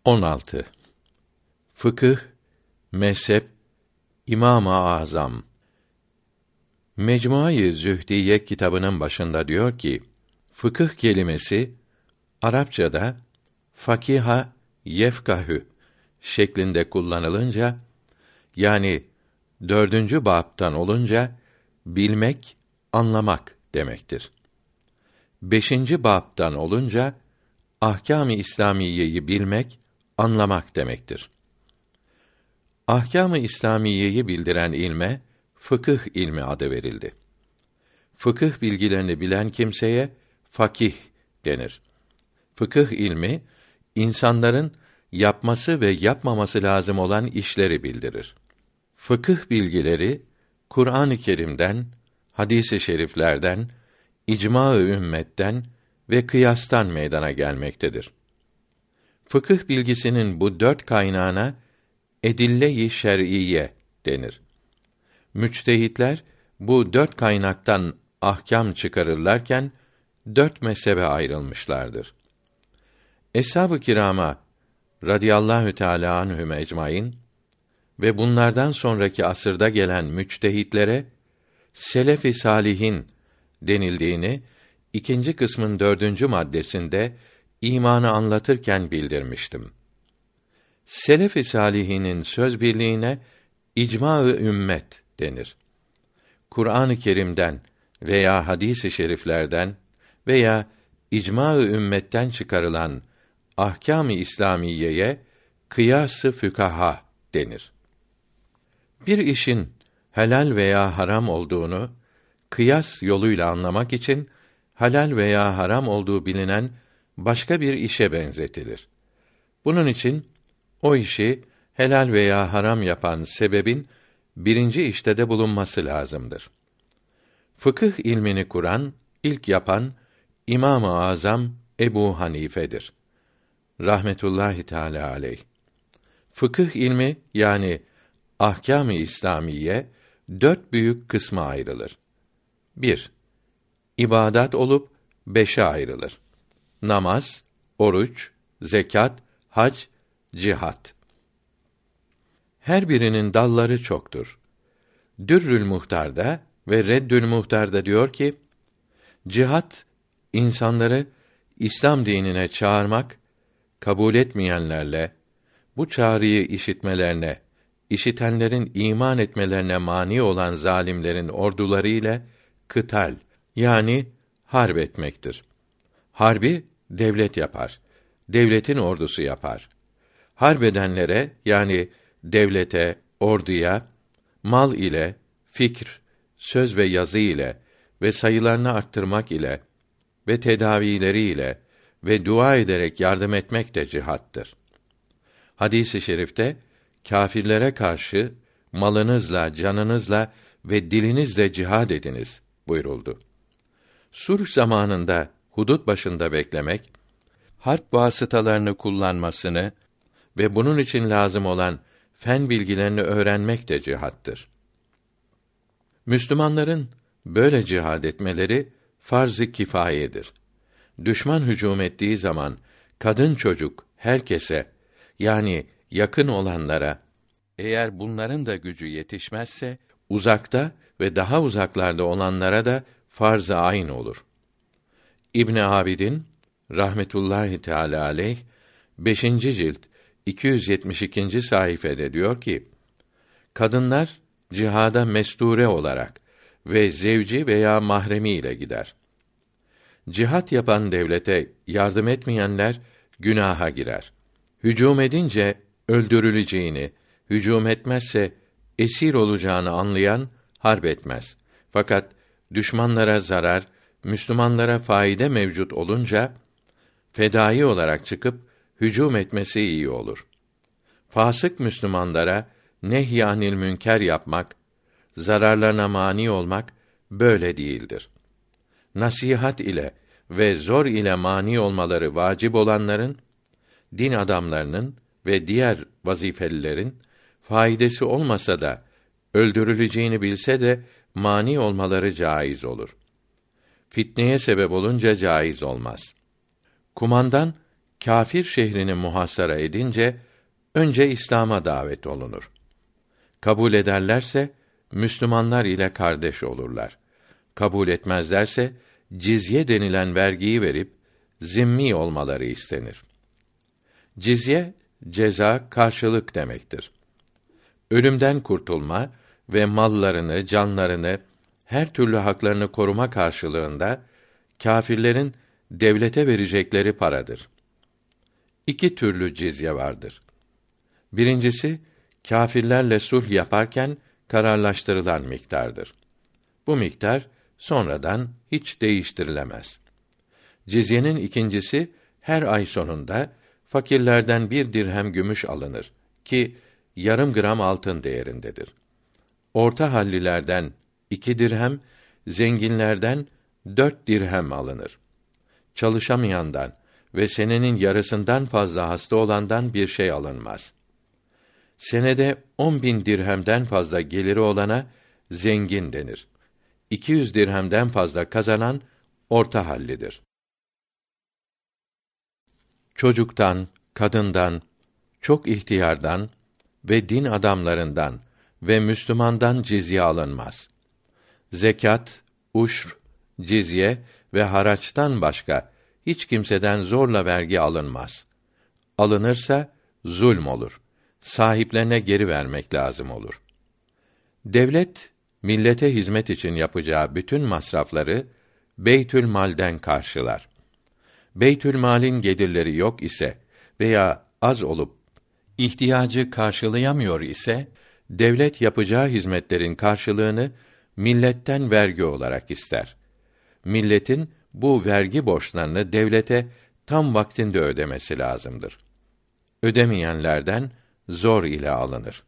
16. Fıkıh, mezhep, İmam-ı Azam. Mecmua-i Zühdiye kitabının başında diyor ki, fıkıh kelimesi Arapçada fakiha yefkahü şeklinde kullanılınca, yani dördüncü baptan olunca bilmek, anlamak demektir. Beşinci baptan olunca ahkâm-ı İslamiyeyi bilmek, anlamak demektir. Ahkâm-ı İslamiyeyi bildiren ilme fıkıh ilmi adı verildi. Fıkıh bilgilerini bilen kimseye fakih denir. Fıkıh ilmi insanların yapması ve yapmaması lazım olan işleri bildirir. Fıkıh bilgileri Kur'an-ı Kerim'den, hadis-i şeriflerden, icma-ı ümmetten ve kıyastan meydana gelmektedir. Fıkıh bilgisinin bu dört kaynağına edille-i şer'iyye denir. Müçtehitler bu dört kaynaktan ahkâm çıkarırlarken dört mezhebe ayrılmışlardır. Eshab-ı kirâma radıyallahu teâlâ anhum ecmaîn ve bunlardan sonraki asırda gelen müçtehitlere selef-i salihin denildiğini ikinci kısmın 4. maddesinde imanı anlatırken bildirmiştim. Selef-i salihinin söz birliğine icma-ı ümmet denir. Kur'an-ı Kerim'den veya hadis-i şeriflerden veya icma-ı ümmetten çıkarılan ahkâm-ı İslamiyeye kıyas-ı fükaha denir. Bir işin helal veya haram olduğunu kıyas yoluyla anlamak için helal veya haram olduğu bilinen başka bir işe benzetilir. Bunun için o işi helal veya haram yapan sebebin birinci işte de bulunması lazımdır. Fıkıh ilmini kuran, ilk yapan İmam-ı Azam Ebu Hanife'dir. Rahmetullahi Teâlâ aleyh. Fıkıh ilmi yani ahkâm-ı İslamiye dört büyük kısma ayrılır. 1. İbadat olup 5'e ayrılır. Namaz, oruç, zekat, hac, cihat. Her birinin dalları çoktur. Dürrül Muhtar'da ve Reddül Muhtar'da diyor ki, cihat, insanları İslam dinine çağırmak, kabul etmeyenlerle, bu çağrıyı işitmelerine, işitenlerin iman etmelerine mani olan zalimlerin orduları ile kıtal, yani harp etmektir. Harbi devlet yapar, devletin ordusu yapar. Harp edenlere, yani devlete, orduya, mal ile, fikr, söz ve yazı ile ve sayılarını arttırmak ile ve tedavileri ile ve dua ederek yardım etmek de cihattır. Hadis-i şerifte kâfirlere karşı malınızla, canınızla ve dilinizle cihad ediniz buyuruldu. Sulh zamanında hudut başında beklemek, harp vasıtalarını kullanmasını ve bunun için lazım olan fen bilgilerini öğrenmek de cihattır. Müslümanların böyle cihad etmeleri farz-ı kifayedir. Düşman hücum ettiği zaman kadın çocuk herkese, yani yakın olanlara, eğer bunların da gücü yetişmezse uzakta ve daha uzaklarda olanlara da farz-ı ayn olur. İbn Abidin rahmetullahi teâlâ aleyh 5. cilt 272. sayfede diyor ki, kadınlar cihada mesture olarak ve zevci veya mahremi ile gider. Cihat yapan devlete yardım etmeyenler günaha girer. Hücum edince öldürüleceğini, hücum etmezse esir olacağını anlayan harp etmez. Fakat düşmanlara zarar, Müslümanlara faide mevcut olunca fedai olarak çıkıp hücum etmesi iyi olur. Fasık Müslümanlara nehy-i münker yapmak, zararlarına mani olmak böyle değildir. Nasihat ile ve zor ile mani olmaları vacip olanların, din adamlarının ve diğer vazifelilerin faydası olmasa da öldürüleceğini bilse de mani olmaları caiz olur. Fitneye sebep olunca caiz olmaz. Kumandan kâfir şehrini muhasara edince önce İslam'a davet olunur. Kabul ederlerse Müslümanlar ile kardeş olurlar. Kabul etmezlerse cizye denilen vergiyi verip zimmi olmaları istenir. Cizye, ceza, karşılık demektir. Ölümden kurtulma ve mallarını, canlarını, her türlü haklarını koruma karşılığında kâfirlerin devlete verecekleri paradır. İki türlü cizye vardır. Birincisi, kâfirlerle sulh yaparken kararlaştırılan miktardır. Bu miktar sonradan hiç değiştirilemez. Cizyenin ikincisi, her ay sonunda fakirlerden 1 dirhem gümüş alınır ki yarım gram altın değerindedir. Orta hallilerden 2 dirhem, zenginlerden 4 dirhem alınır. Çalışamayandan ve senenin yarısından fazla hasta olandan bir şey alınmaz. Senede 10.000 dirhemden fazla geliri olana zengin denir. 200 dirhemden fazla kazanan orta hallidir. Çocuktan, kadından, çok ihtiyardan ve din adamlarından ve Müslümandan cizye alınmaz. Zekat, uşr, cizye ve haraçtan başka hiç kimseden zorla vergi alınmaz. Alınırsa zulm olur. Sahiplerine geri vermek lazım olur. Devlet, millete hizmet için yapacağı bütün masrafları Beytülmal'den karşılar. Beytülmal'in gelirleri yok ise veya az olup ihtiyacı karşılayamıyor ise devlet yapacağı hizmetlerin karşılığını milletten vergi olarak ister. Milletin bu vergi borçlarını devlete tam vaktinde ödemesi lazımdır. Ödemeyenlerden zor ile alınır.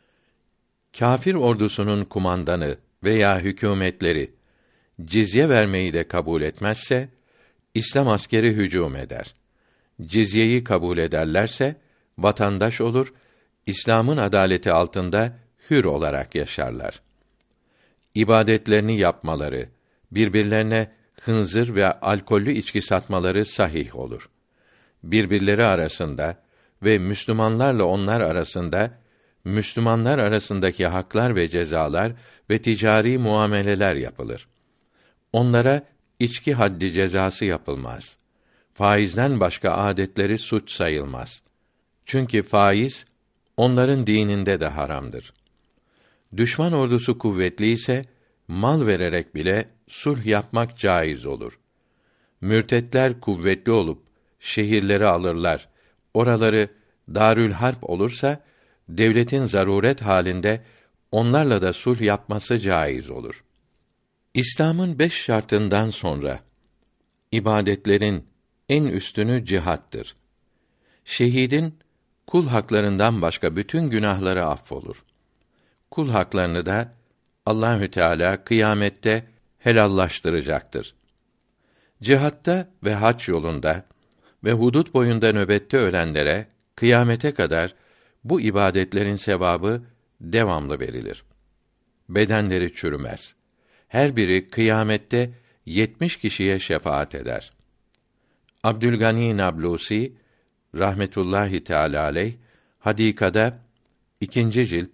Kâfir ordusunun kumandanı veya hükûmetleri cizye vermeyi de kabul etmezse İslam askeri hücum eder. Cizyeyi kabul ederlerse vatandaş olur, İslam'ın adaleti altında hür olarak yaşarlar. İbadetlerini yapmaları, birbirlerine hınzır ve alkollü içki satmaları sahih olur. Birbirleri arasında ve Müslümanlarla onlar arasında, Müslümanlar arasındaki haklar ve cezalar ve ticari muameleler yapılır. Onlara içki haddi cezası yapılmaz. Faizden başka adetleri suç sayılmaz. Çünkü faiz onların dininde de haramdır. Düşman ordusu kuvvetli ise mal vererek bile sulh yapmak caiz olur. Mürtetler kuvvetli olup şehirleri alırlar. Oraları Darül Harp olursa devletin zaruret halinde onlarla da sulh yapması caiz olur. İslam'ın 5 şartından sonra ibadetlerin en üstünü cihattır. Şehidin kul haklarından başka bütün günahları affolur. Kul haklarını da Allahü Teala kıyamette helallaştıracaktır. Cihatta ve hac yolunda ve hudut boyunda nöbette ölenlere kıyamete kadar bu ibadetlerin sevabı devamlı verilir. Bedenleri çürümez. Her biri kıyamette 70 kişiye şefaat eder. Abdülgani Nablusi rahmetullahi teâlâ aleyh Hadika'da 2. cilt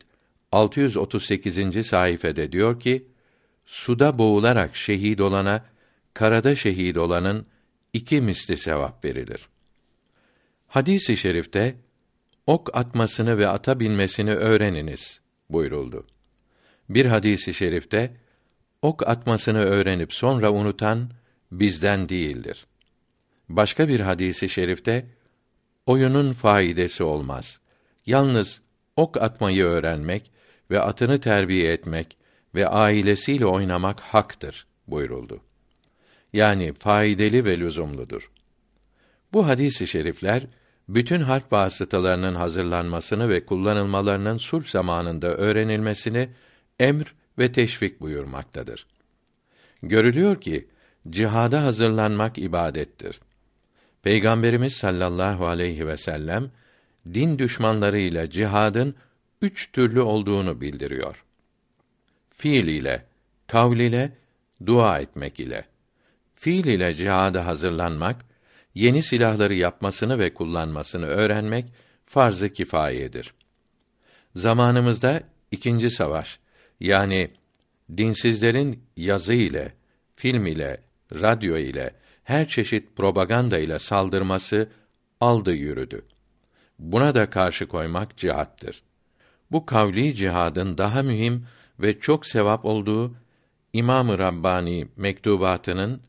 638. sayfede diyor ki: suda boğularak şehit olana karada şehit olanın 2 misli sevap verilir. Hadis-i şerifte ok atmasını ve ata binmesini öğreniniz buyuruldu. Bir hadis-i şerifte ok atmasını öğrenip sonra unutan bizden değildir. Başka bir hadis-i şerifte oyunun faidesi olmaz. Yalnız ok atmayı öğrenmek ve atını terbiye etmek ve ailesiyle oynamak haktır buyuruldu. Yani faydalı ve lüzumludur. Bu hadis-i şerifler bütün harp vasıtalarının hazırlanmasını ve kullanılmalarının sulh zamanında öğrenilmesini emr ve teşvik buyurmaktadır. Görülüyor ki cihada hazırlanmak ibadettir. Peygamberimiz sallallahu aleyhi ve sellem din düşmanlarıyla cihadın 3 türlü olduğunu bildiriyor. Fiil ile, kavl ile, dua etmek ile. Fiil ile cihada hazırlanmak, yeni silahları yapmasını ve kullanmasını öğrenmek farz-ı kifayedir. Zamanımızda ikinci savaş, yani dinsizlerin yazı ile, film ile, radyo ile, her çeşit propaganda ile saldırması aldı yürüdü. Buna da karşı koymak cihattır. Bu kavli cihadın daha mühim ve çok sevap olduğu İmam-ı Rabbani mektubatının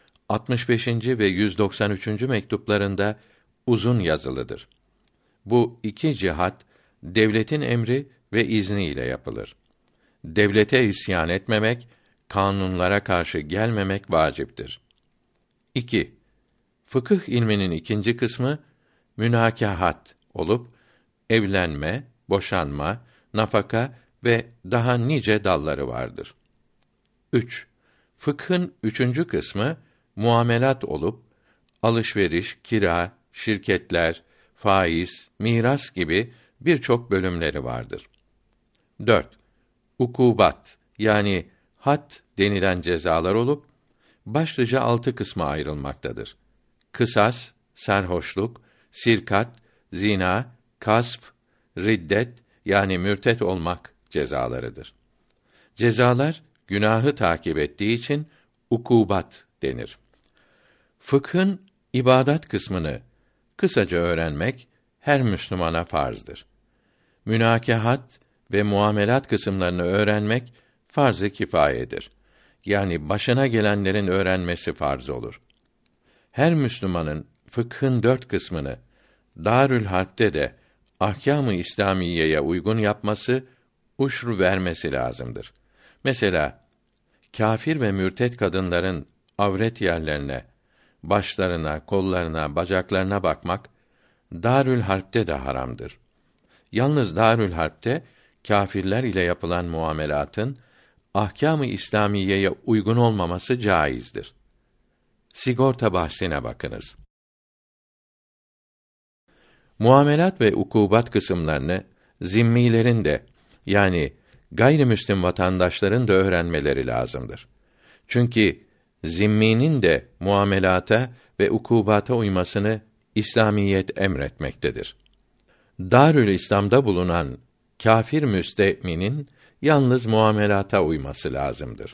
65. ve 193. mektuplarında uzun yazılıdır. Bu iki cihat devletin emri ve izniyle yapılır. Devlete isyan etmemek, kanunlara karşı gelmemek vaciptir. 2. Fıkıh ilminin ikinci kısmı münakahat olup evlenme, boşanma, nafaka ve daha nice dalları vardır. 3. Fıkhın üçüncü kısmı muamelat olup alışveriş, kira, şirketler, faiz, miras gibi birçok bölümleri vardır. 4. Ukubat, yani had denilen cezalar olup başlıca 6 kısma ayrılmaktadır. Kısas, sarhoşluk, sirkat, zina, kasf, riddet, yani mürtet olmak cezalarıdır. Cezalar günahı takip ettiği için ukubat denir. Fıkhın ibadat kısmını kısaca öğrenmek her Müslümana farzdır. Münakahat ve muamelat kısımlarını öğrenmek farz-ı kifayedir. Yani başına gelenlerin öğrenmesi farz olur. Her Müslümanın fıkhın 4 kısmını Darül Harp'te de ahkâm-ı İslamiyeye uygun yapması, uşr vermesi lazımdır. Mesela kâfir ve mürtet kadınların avret yerlerine, başlarına, kollarına, bacaklarına bakmak Darül Harp'te de haramdır. Yalnız Darül Harp'te kâfirler ile yapılan muamelatın ahkâm-ı İslamiyeye uygun olmaması caizdir. Sigorta bahsine bakınız. Muamelat ve ukubat kısımlarını zimmilerin de, yani gayrimüslim vatandaşların da öğrenmeleri lazımdır. Çünkü zimminin de muamelata ve ukubata uymasını İslamiyet emretmektedir. Darül İslam'da bulunan kâfir müsteminin yalnız muamelata uyması lazımdır.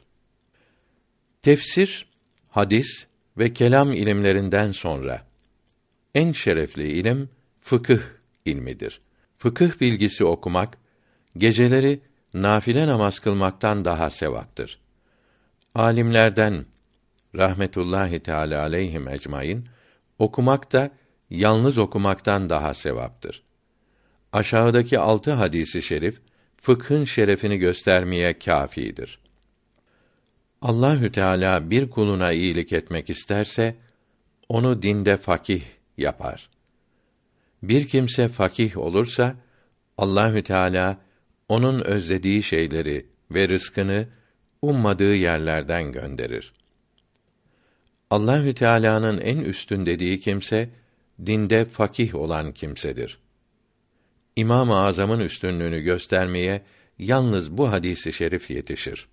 Tefsir, hadis ve kelam ilimlerinden sonra en şerefli ilim fıkıh ilmidir. Fıkıh bilgisi okumak geceleri nafile namaz kılmaktan daha sevaptır. Alimlerden rahmetullahi teâlâ aleyhim ecmaîn okumak da yalnız okumaktan daha sevaptır. Aşağıdaki 6 hadisi şerif fıkhın şerefini göstermeye kâfidir. Allahü Teala bir kuluna iyilik etmek isterse onu dinde fakih yapar. Bir kimse fakih olursa Allahü Teala onun özlediği şeyleri ve rızkını ummadığı yerlerden gönderir. Allahü Teala'nın en üstün dediği kimse dinde fakih olan kimsedir. İmam-ı Azam'ın üstünlüğünü göstermeye yalnız bu hadisi şerif yetişir.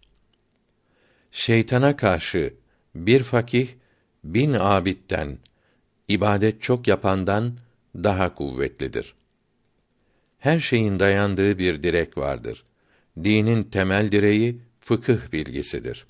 Şeytana karşı bir fakih 1000 abidden, ibadet çok yapandan daha kuvvetlidir. Her şeyin dayandığı bir direk vardır. Dinin temel direği fıkıh bilgisidir.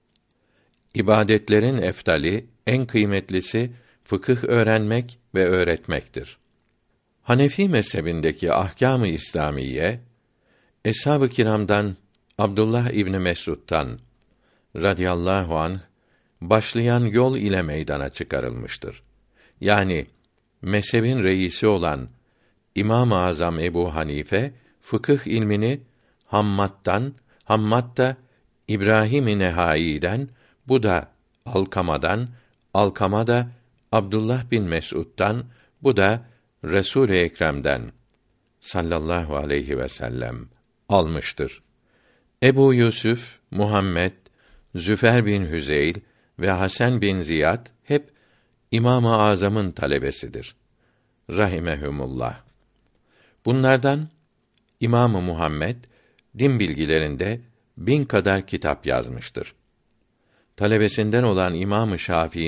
İbadetlerin eftali, en kıymetlisi fıkıh öğrenmek ve öğretmektir. Hanefi mezhebindeki ahkâm-ı İslamiye, Eshab-ı Kiram'dan Abdullah İbni Mes'ud'dan radıyallahu anh başlayan yol ile meydana çıkarılmıştır. Yani mezhebin reisi olan İmam-ı Azam Ebu Hanife fıkıh ilmini Hammad'dan, Hammad da İbrahim-i Nehai'den, bu da Alkama'dan, Alkama da Abdullah bin Mes'ud'dan, bu da Resul-i Ekrem'den sallallahu aleyhi ve sellem almıştır. Ebu Yusuf, Muhammed, Züfer bin Hüzeyl ve Hasan bin Ziyad hep İmam-ı Azam'ın talebesidir. Rahimehumullah. Bunlardan İmam-ı Muhammed din bilgilerinde 1000 kadar kitap yazmıştır. Talebesinden olan İmam-ı Şafii'nin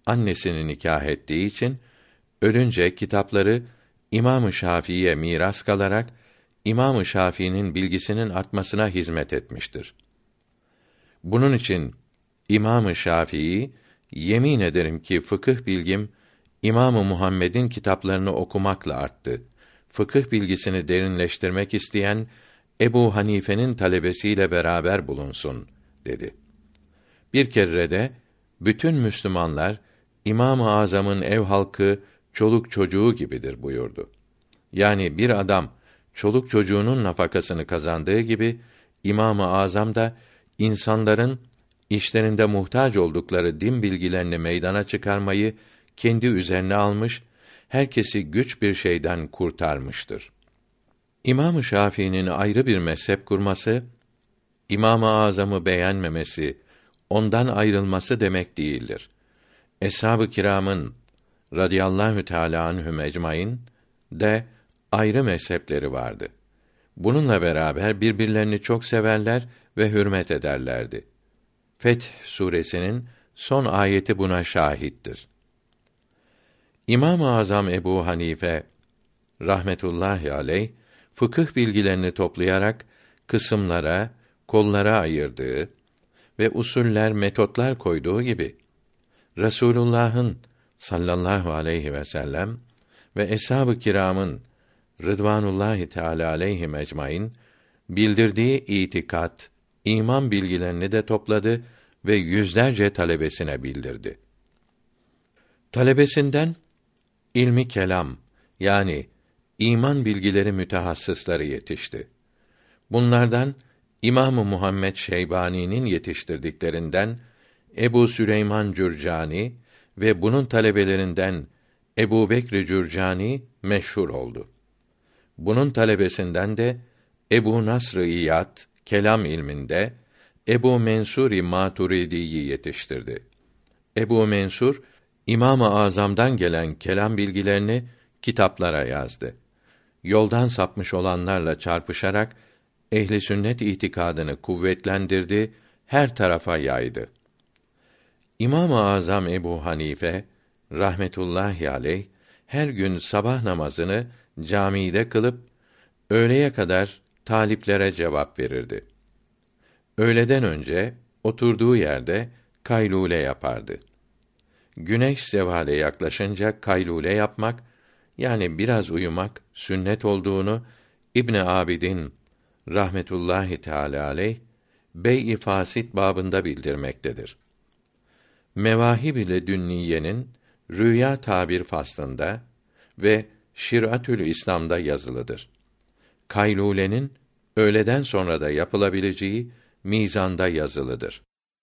annesini nikah ettiği için ölünce kitapları İmam-ı Şafii'ye miras kalarak İmam-ı Şafii'nin bilgisinin artmasına hizmet etmiştir. Bunun için İmam-ı Şafii, yemin ederim ki fıkıh bilgim İmam-ı Muhammed'in kitaplarını okumakla arttı. Fıkıh bilgisini derinleştirmek isteyen Ebu Hanife'nin talebesiyle beraber bulunsun dedi. Bir kere de bütün Müslümanlar İmam-ı Azam'ın ev halkı çoluk çocuğu gibidir buyurdu. Yani bir adam çoluk çocuğunun nafakasını kazandığı gibi İmam-ı Azam da insanların işlerinde muhtaç oldukları din bilgilerini meydana çıkarmayı kendi üzerine almış, herkesi güç bir şeyden kurtarmıştır. İmam-ı Şafii'nin ayrı bir mezhep kurması, İmam-ı Azam'ı beğenmemesi, ondan ayrılması demek değildir. Eshab-ı kiramın radıyallahu teâlâ anhum ecmaîn de ayrı mezhepleri vardı. Bununla beraber birbirlerini çok severler ve hürmet ederlerdi. Feth suresinin son ayeti buna şahittir. İmam-ı Azam Ebu Hanife rahmetullahi aleyh fıkıh bilgilerini toplayarak kısımlara, kollara ayırdığı ve usuller, metotlar koyduğu gibi Resulullah'ın sallallahu aleyhi ve sellem ve eshab-ı kiramın rıdvanullahi teâlâ aleyhim ecmaîn bildirdiği itikat, iman bilgilerini de topladı ve yüzlerce talebesine bildirdi. Talebesinden ilmi kelam yani iman bilgileri mütehassısları yetişti. Bunlardan İmam-ı Muhammed Şeybani'nin yetiştirdiklerinden Ebu Süleyman Cürcani ve bunun talebelerinden Ebu Bekr Cürcani meşhur oldu. Bunun talebesinden de Ebu Nasr-ı İyad kelam ilminde Ebu Mensur-i Maturidi'yi yetiştirdi. Ebu Mensur İmam-ı Azam'dan gelen kelam bilgilerini kitaplara yazdı. Yoldan sapmış olanlarla çarpışarak ehli sünnet itikadını kuvvetlendirdi, her tarafa yaydı. İmam-ı Azam Ebu Hanife rahmetullahi aleyh her gün sabah namazını camide kılıp öğleye kadar taliplere cevap verirdi. Öğleden önce oturduğu yerde kaylule yapardı. Güneş zevale yaklaşınca kaylule yapmak yani biraz uyumak sünnet olduğunu İbn Abidin rahmetullahi teâlâ aleyh Bey-i Fasit babında bildirmektedir. Mevahib ile Dünniye'nin rüya tabir faslında ve Şir'atül İslam'da yazılıdır. Kaylulenin öğleden sonra da yapılabileceği mizanda yazılıdır.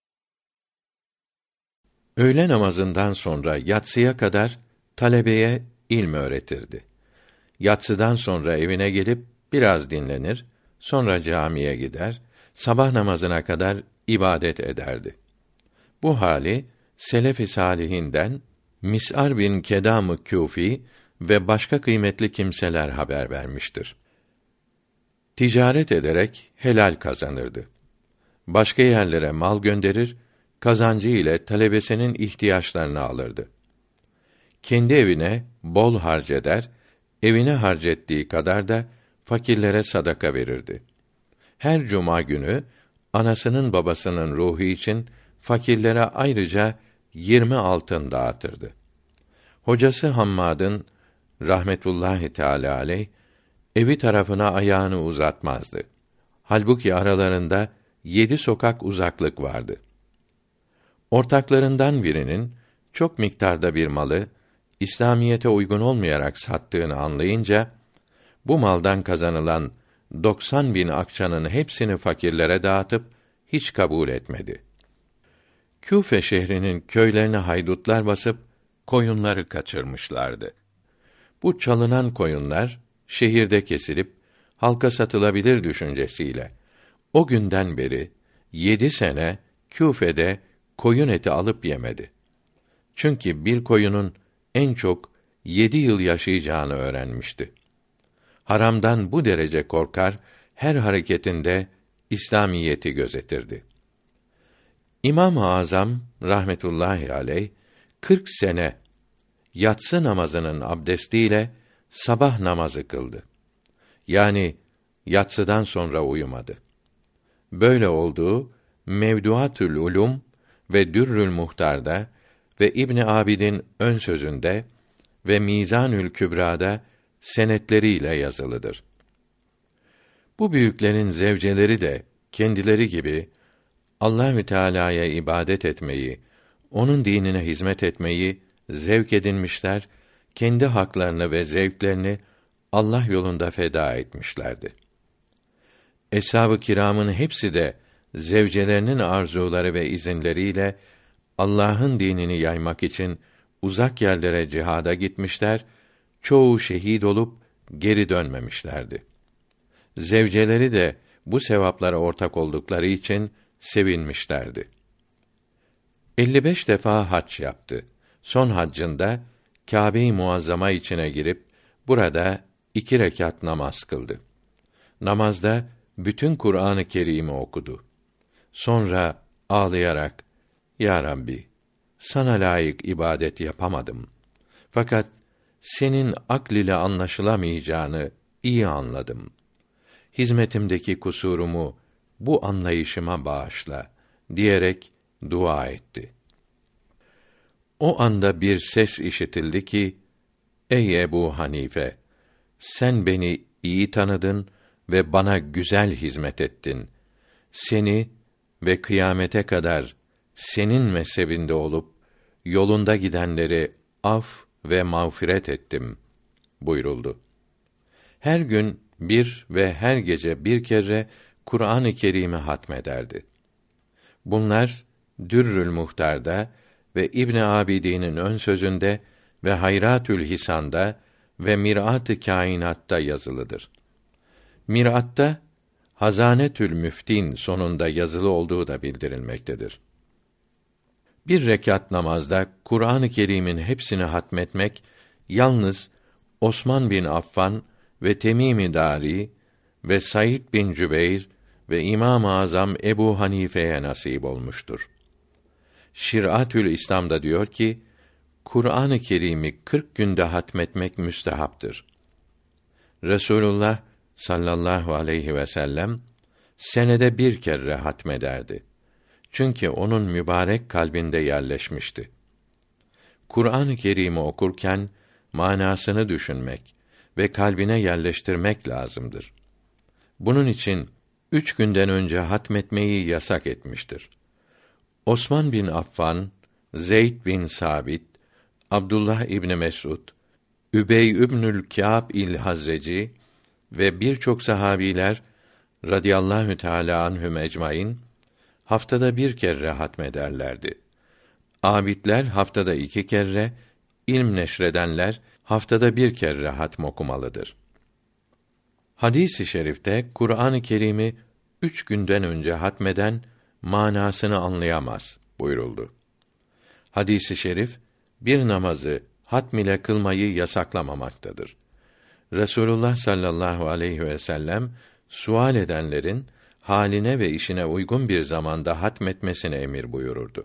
Öğle namazından sonra yatsıya kadar talebeye ilm öğretirdi. Yatsıdan sonra evine gelip biraz dinlenir, sonra camiye gider, sabah namazına kadar ibadet ederdi. Bu hali selef-i salihinden Mis'ar bin Kedam-ı Kûfî ve başka kıymetli kimseler haber vermiştir. Ticaret ederek helal kazanırdı. Başka yerlere mal gönderir, kazancı ile talebesinin ihtiyaçlarını alırdı. Kendi evine bol harceder, evine harcettiği kadar da fakirlere sadaka verirdi. Her cuma günü anasının babasının ruhu için fakirlere ayrıca 20 altın dağıtırdı. Hocası Hammad'ın rahmetullahi teâlâ aleyh evi tarafına ayağını uzatmazdı. Halbuki aralarında 7 sokak uzaklık vardı. Ortaklarından birinin çok miktarda bir malı İslamiyete uygun olmayarak sattığını anlayınca bu maldan kazanılan 90.000 akçanın hepsini fakirlere dağıtıp hiç kabul etmedi. Küfe şehrinin köylerine haydutlar basıp koyunları kaçırmışlardı. Bu çalınan koyunlar şehirde kesilip halka satılabilir düşüncesiyle o günden beri 7 sene Küfe'de koyun eti alıp yemedi. Çünkü bir koyunun en çok 7 yıl yaşayacağını öğrenmişti. Haramdan bu derece korkar, her hareketinde İslamiyeti gözetirdi. İmam-ı Azam rahmetullahi aleyh 40 sene yatsı namazının abdestiyle sabah namazı kıldı. Yani yatsıdan sonra uyumadı. Böyle olduğu Mevduatül Ulum ve Dürrül Muhtar'da ve İbn Abidin ön sözünde ve Mizanül Kübra'da senetleriyle yazılıdır. Bu büyüklerin zevceleri de kendileri gibi Allahü Teala'ya ibadet etmeyi, onun dinine hizmet etmeyi zevk edinmişler, kendi haklarını ve zevklerini Allah yolunda feda etmişlerdi. Eshab-ı kiramın hepsi de zevcelerinin arzuları ve izinleriyle Allah'ın dinini yaymak için uzak yerlere cihada gitmişler, çoğu şehit olup geri dönmemişlerdi. Zevceleri de bu sevaplara ortak oldukları için sevinmişlerdi. 55 defa hac yaptı. Son haccında Kâbe-i Muazzama içine girip burada 2 rekat namaz kıldı. Namazda bütün Kur'an-ı Kerim'i okudu. Sonra ağlayarak, Ya Rabbi, sana layık ibadet yapamadım. Fakat senin akl ile anlaşılamayacağını iyi anladım. Hizmetimdeki kusurumu bu anlayışıma bağışla diyerek dua etti. O anda bir ses işitildi ki, Ey Ebu Hanife, sen beni iyi tanıdın ve bana güzel hizmet ettin. Seni ve kıyamete kadar senin mezhebinde olup yolunda gidenleri af ve mağfiret ettim buyuruldu. Her gün bir ve her gece bir kere Kur'an-ı Kerim'i hatmederdi. Bunlar Dürrül Muhtar'da ve İbn Abidin'in ön sözünde ve Hayratül Hisan'da ve Mir'at-ı Kainat'ta yazılıdır. Mir'at'ta Hazanetül Müftin sonunda yazılı olduğu da bildirilmektedir. Bir rekat namazda Kur'an-ı Kerim'in hepsini hatmetmek yalnız Osman bin Affan ve Temim-i Dari ve Said bin Cübeyr ve İmam-ı Azam Ebu Hanife'ye nasip olmuştur. Şir'atül İslam'da diyor ki, Kur'an-ı Kerim'i 40 günde hatmetmek müstehaptır. Resulullah sallallahu aleyhi ve sellem senede bir kere hatmederdi. Çünkü onun mübarek kalbinde yerleşmişti. Kur'an-ı Kerim'i okurken manasını düşünmek ve kalbine yerleştirmek lazımdır. Bunun için 3 günden önce hatmetmeyi yasak etmiştir. Osman bin Affan, Zeyd bin Sabit, Abdullah İbni Mes'ud, Übey İbnül Kâb il Hazreci ve birçok sahabiler radıyallahu teâlâ anhum ecmaîn haftada bir kere hatmederlerdi. Abidler haftada 2 kere, ilm neşredenler haftada bir kere hatm okumalıdır. Hadis-i şerifte Kur'an-ı Kerim'i 3 günden önce hatmeden manasını anlayamaz buyuruldu. Hadis-i şerif bir namazı hatm ile kılmayı yasaklamamaktadır. Resulullah sallallahu aleyhi ve sellem sual edenlerin haline ve işine uygun bir zamanda hatmetmesine emir buyururdu.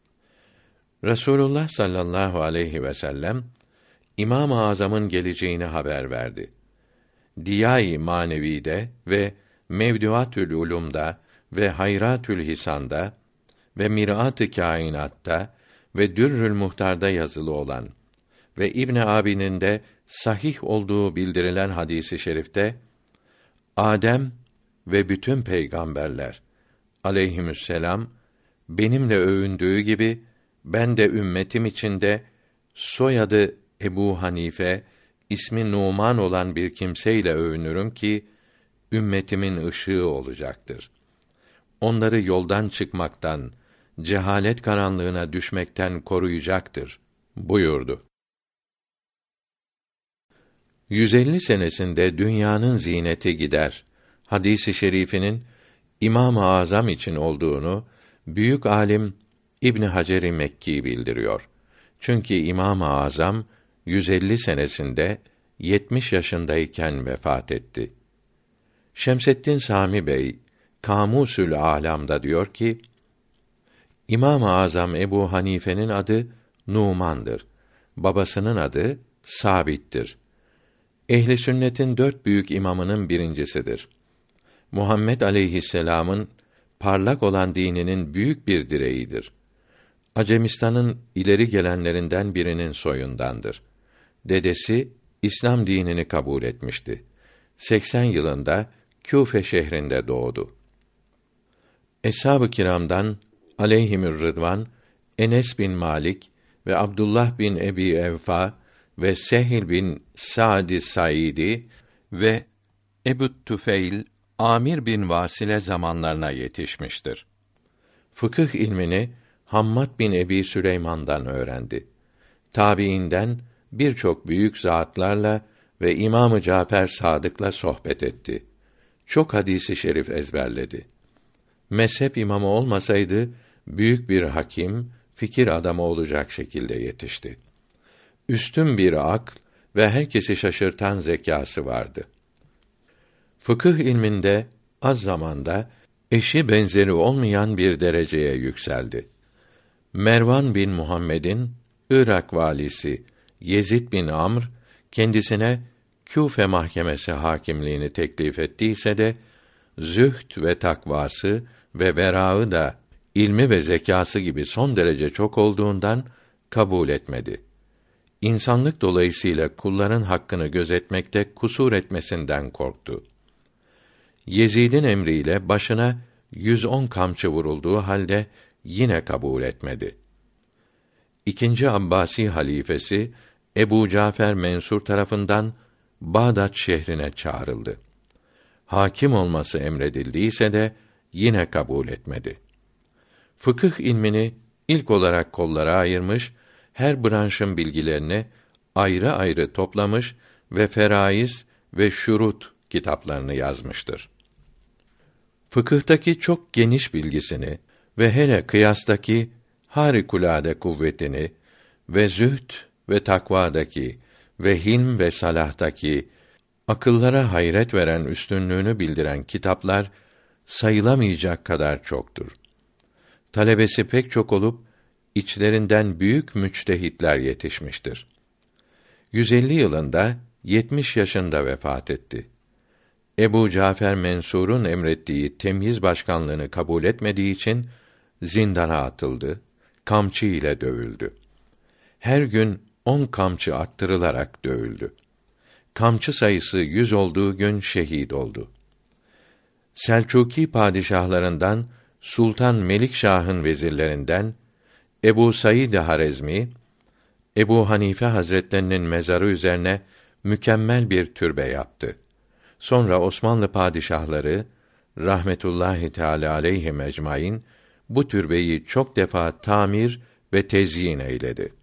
Resulullah sallallahu aleyhi ve sellem İmam-ı Azam'ın geleceğini haber verdi. Diyâ-i Manevi'de ve Mevduatül Ulum'da ve Hayratül Hisan'da ve Mir'at-ı Kainat'ta ve Dürrül Muhtar'da yazılı olan ve İbn Abidin de sahih olduğu bildirilen hadisi i şerifte Adem ve bütün peygamberler aleyhisselam benimle övündüğü gibi ben de ümmetim içinde soyadı Ebu Hanife, ismi Numan olan bir kimseyle övünürüm ki ümmetimin ışığı olacaktır. Onları yoldan çıkmaktan, cehalet karanlığına düşmekten koruyacaktır buyurdu. 150 senesinde dünyanın zineti gider. Hadisi şerifinin İmam-ı Azam için olduğunu büyük alim İbn Hacer-i Mekki bildiriyor. Çünkü İmam-ı Azam 150 senesinde 70 yaşındayken vefat etti. Şemseddin Sami Bey Kamusül Alam'da diyor ki, İmam-ı Azam Ebu Hanife'nin adı Numan'dır. Babasının adı Sabit'tir. Ehli sünnetin 4 büyük imamının birincisidir. Muhammed aleyhisselam'ın parlak olan dininin büyük bir direğidir. Acemistan'ın ileri gelenlerinden birinin soyundandır. Dedesi İslam dinini kabul etmişti. 80 yılında Küfe şehrinde doğdu. Eshab-ı kiramdan aleyhimür rıdvan Enes bin Malik ve Abdullah bin Ebi Evfa ve Sehl bin Sa'd Saidi ve Ebu Tüfeil Amir bin Vasile zamanlarına yetişmiştir. Fıkıh ilmini Hammad bin Ebi Süleyman'dan öğrendi. Tabiinden birçok büyük zatlarla ve İmam-ı Cafer Sadık'la sohbet etti. Çok hadisi şerif ezberledi. Mezhep imamı olmasaydı büyük bir hakim, fikir adamı olacak şekilde yetişti. Üstün bir akl ve herkesi şaşırtan zekâsı vardı. Fıkıh ilminde az zamanda eşi benzeri olmayan bir dereceye yükseldi. Mervan bin Muhammed'in Irak valisi Yezid bin Amr kendisine Küfe mahkemesi hakimliğini teklif ettiyse de zühd ve takvası ve verağı da ilmi ve zekâsı gibi son derece çok olduğundan kabul etmedi. İnsanlık dolayısıyla kulların hakkını gözetmekte kusur etmesinden korktu. Yezid'in emriyle başına 110 kamçı vurulduğu halde yine kabul etmedi. İkinci Abbasi halifesi Ebu Cafer Mensur tarafından Bağdat şehrine çağrıldı. Hakim olması emredildiyse de yine kabul etmedi. Fıkıh ilmini ilk olarak kollara ayırmış, her branşın bilgilerini ayrı ayrı toplamış ve feraiz ve şurut kitaplarını yazmıştır. Fıkıhtaki çok geniş bilgisini ve hele kıyastaki harikulade kuvvetini ve zühd ve takvadaki ve hilm ve salahtaki akıllara hayret veren üstünlüğünü bildiren kitaplar sayılamayacak kadar çoktur. Talebesi pek çok olup içlerinden büyük müçtehitler yetişmiştir. 150 yılında 70 yaşında vefat etti. Ebu Cafer Mensur'un emrettiği temyiz başkanlığını kabul etmediği için zindana atıldı, kamçı ile dövüldü. Her gün 10 kamçı arttırılarak dövüldü. Kamçı sayısı 100 olduğu gün şehit oldu. Selçuki padişahlarından Sultan Melikşah'ın vezirlerinden Ebu Said Harezmi, Ebu Hanife Hazretlerinin mezarı üzerine mükemmel bir türbe yaptı. Sonra Osmanlı padişahları rahmetullahi teâlâ aleyhim ecmaîn bu türbeyi çok defa tamir ve tezyin eyledi.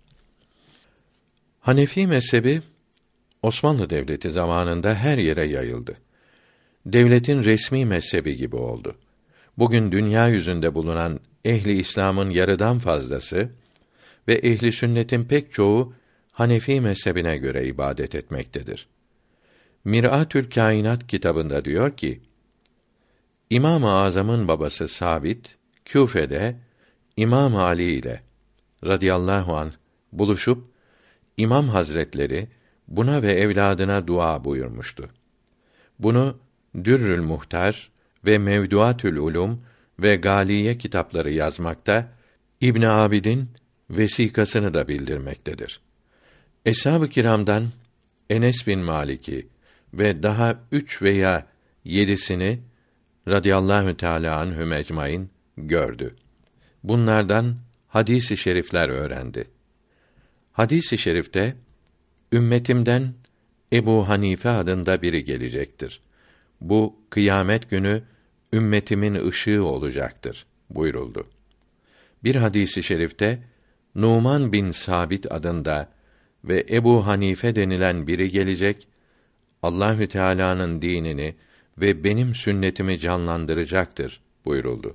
Hanefi mezhebi Osmanlı Devleti zamanında her yere yayıldı. Devletin resmi mezhebi gibi oldu. Bugün dünya yüzünde bulunan ehli İslam'ın yarıdan fazlası ve ehli sünnetin pek çoğu Hanefi mezhebine göre ibadet etmektedir. Mir'atül Kainat kitabında diyor ki: İmam-ı Azam'ın babası Sabit Küfe'de İmam Ali ile radıyallahu anh buluşup İmam Hazretleri buna ve evladına dua buyurmuştu. Bunu Dürrül Muhtar ve Mevduatül Ulum ve Galiye kitapları yazmakta, İbn Abidin vesikasını da bildirmektedir. Eshab-ı kiramdan Enes bin Malik'i ve daha 3 veya 7'sini radıyallahu teâlâ anhum ecmaîn gördü. Bunlardan hadis-i şerifler öğrendi. Hadis-i şerifte ümmetimden Ebu Hanife adında biri gelecektir. Bu kıyamet günü ümmetimin ışığı olacaktır buyuruldu. Bir hadis-i şerifte Numan bin Sabit adında ve Ebu Hanife denilen biri gelecek, Allahü Teala'nın dinini ve benim sünnetimi canlandıracaktır buyuruldu.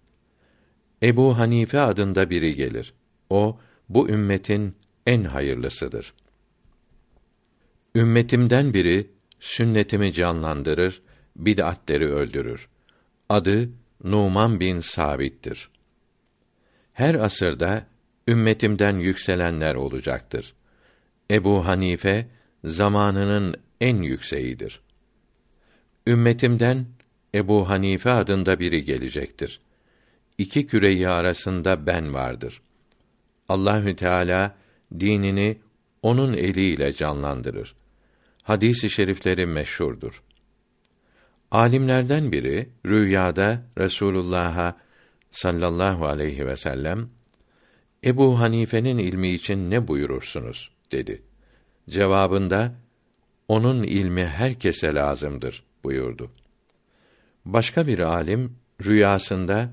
Ebu Hanife adında biri gelir. O bu ümmetin en hayırlısıdır. Ümmetimden biri sünnetimi canlandırır, bid'atleri öldürür. Adı Numan bin Sabit'tir. Her asırda ümmetimden yükselenler olacaktır. Ebu Hanife zamanının en yükseğidir. Ümmetimden Ebu Hanife adında biri gelecektir. İki küreyi arasında ben vardır. Allahü Teala dinini onun eliyle canlandırır. Hadis-i şerifleri meşhurdur. Alimlerden biri rüyada Resulullah'a sallallahu aleyhi ve sellem Ebu Hanife'nin ilmi için ne buyurursunuz dedi. Cevabında onun ilmi herkese lazımdır buyurdu. Başka bir alim rüyasında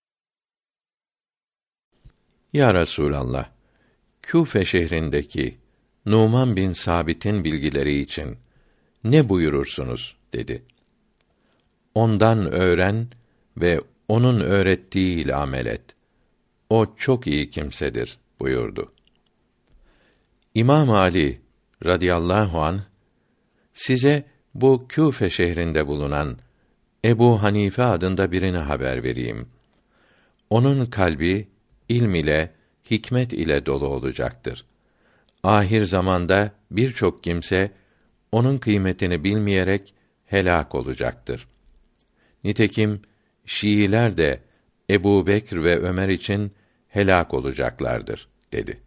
Ya Resulallah, Küfe şehrindeki Numan bin Sabit'in bilgileri için ne buyurursunuz dedi. Ondan öğren ve onun öğrettiğiyle amel et. O çok iyi kimsedir buyurdu. İmam Ali radıyallahu anh size bu Küfe şehrinde bulunan Ebu Hanife adında birine haber vereyim. Onun kalbi ilm ile, hikmet ile dolu olacaktır. Ahir zamanda birçok kimse onun kıymetini bilmeyerek helak olacaktır. Nitekim Şiiler de Ebu Bekr ve Ömer için helak olacaklardır dedi.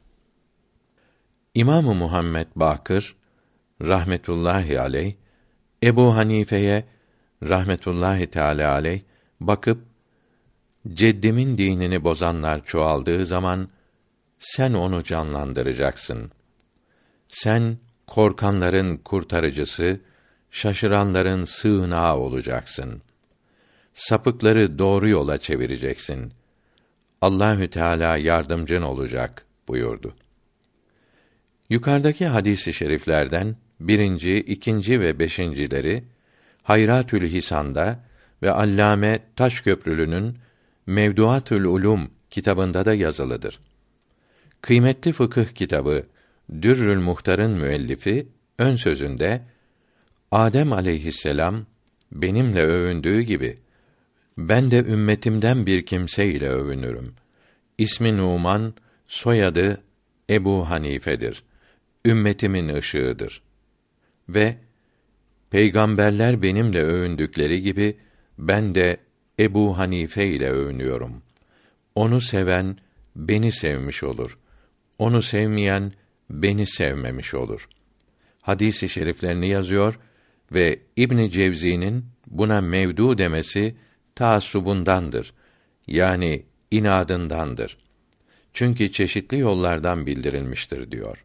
İmam-ı Muhammed Bakır rahmetullahi aleyh Ebu Hanife'ye rahmetullahi teâlâ aleyh bakıp ceddimin dinini bozanlar çoğaldığı zaman sen onu canlandıracaksın. Sen korkanların kurtarıcısı, şaşıranların sığınağı olacaksın. Sapıkları doğru yola çevireceksin. Allahü Teala yardımcın olacak buyurdu. Yukarıdaki hadis-i şeriflerden birinci, ikinci ve beşincileri Hayratül Hisan'da ve Allame Taşköprülü'nün Mevduatül Ulum kitabında da yazılıdır. Kıymetli fıkıh kitabı Dürrül Muhtar'ın müellifi ön sözünde Adem aleyhisselam benimle övündüğü gibi ben de ümmetimden bir kimse ile övünürüm. İsmi Numan, soyadı Ebu Hanife'dir. Ümmetimin ışığıdır. Ve peygamberler benimle övündükleri gibi ben de Ebu Hanife ile övünüyorum. Onu seven beni sevmiş olur. Onu sevmeyen beni sevmemiş olur. Hadis-i şeriflerini yazıyor ve İbn Cevzi'nin buna mevdu demesi taassubundandır. Yani inadındandır. Çünkü çeşitli yollardan bildirilmiştir diyor.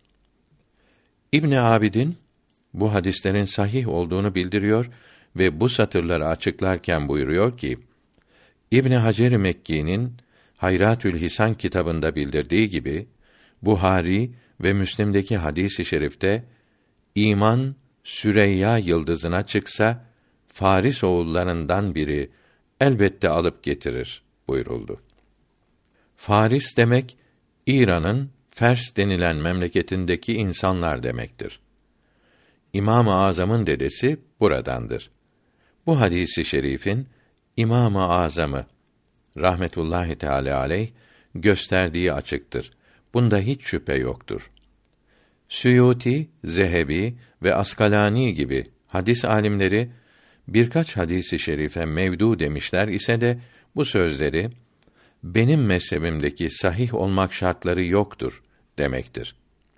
İbn Abidin bu hadislerin sahih olduğunu bildiriyor ve bu satırları açıklarken buyuruyor ki İbn Hacer Mekki'nin Hayratül Hisan kitabında bildirdiği gibi Buhari ve Müslim'deki hadis-i şerifte iman Süreyya yıldızına çıksa Faris oğullarından biri elbette alıp getirir buyuruldu. Faris demek İran'ın Fers denilen memleketindeki insanlar demektir. İmam-ı Azam'ın dedesi buradandır. Bu hadisi şerifin İmam-ı Azam'ı rahmetullahi teâlâ aleyh gösterdiği açıktır. Bunda hiç şüphe yoktur. Suyuti, Zehebi ve Askalani gibi hadis alimleri birkaç hadisi şerife mevdu demişler ise de bu sözleri benim mezhebimdeki sahih olmak şartları yoktur demektir.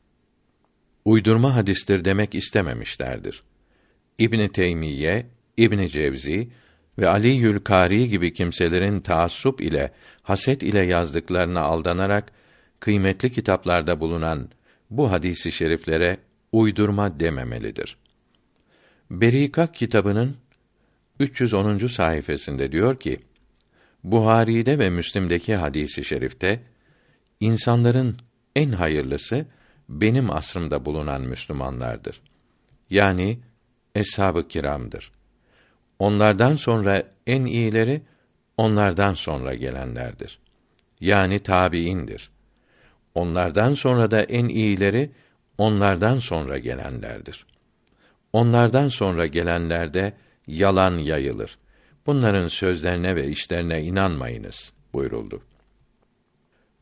Uydurma hadistir demek istememişlerdir. İbn Teymiyye, İbn Cevzi ve Ali Kari gibi kimselerin taassup ile haset ile yazdıklarına aldanarak kıymetli kitaplarda bulunan bu hadisi şeriflere uydurma dememelidir. Berikak kitabının 310. sayfasında diyor ki: Buhari'de ve Müslim'deki hadisi şerifte insanların en hayırlısı benim asrımda bulunan Müslümanlardır. Yani eshab-ı kiramdır. Onlardan sonra en iyileri onlardan sonra gelenlerdir. Yani tabiindir. Onlardan sonra da en iyileri onlardan sonra gelenlerdir. Onlardan sonra gelenlerde yalan yayılır. Bunların sözlerine ve işlerine inanmayınız buyuruldu.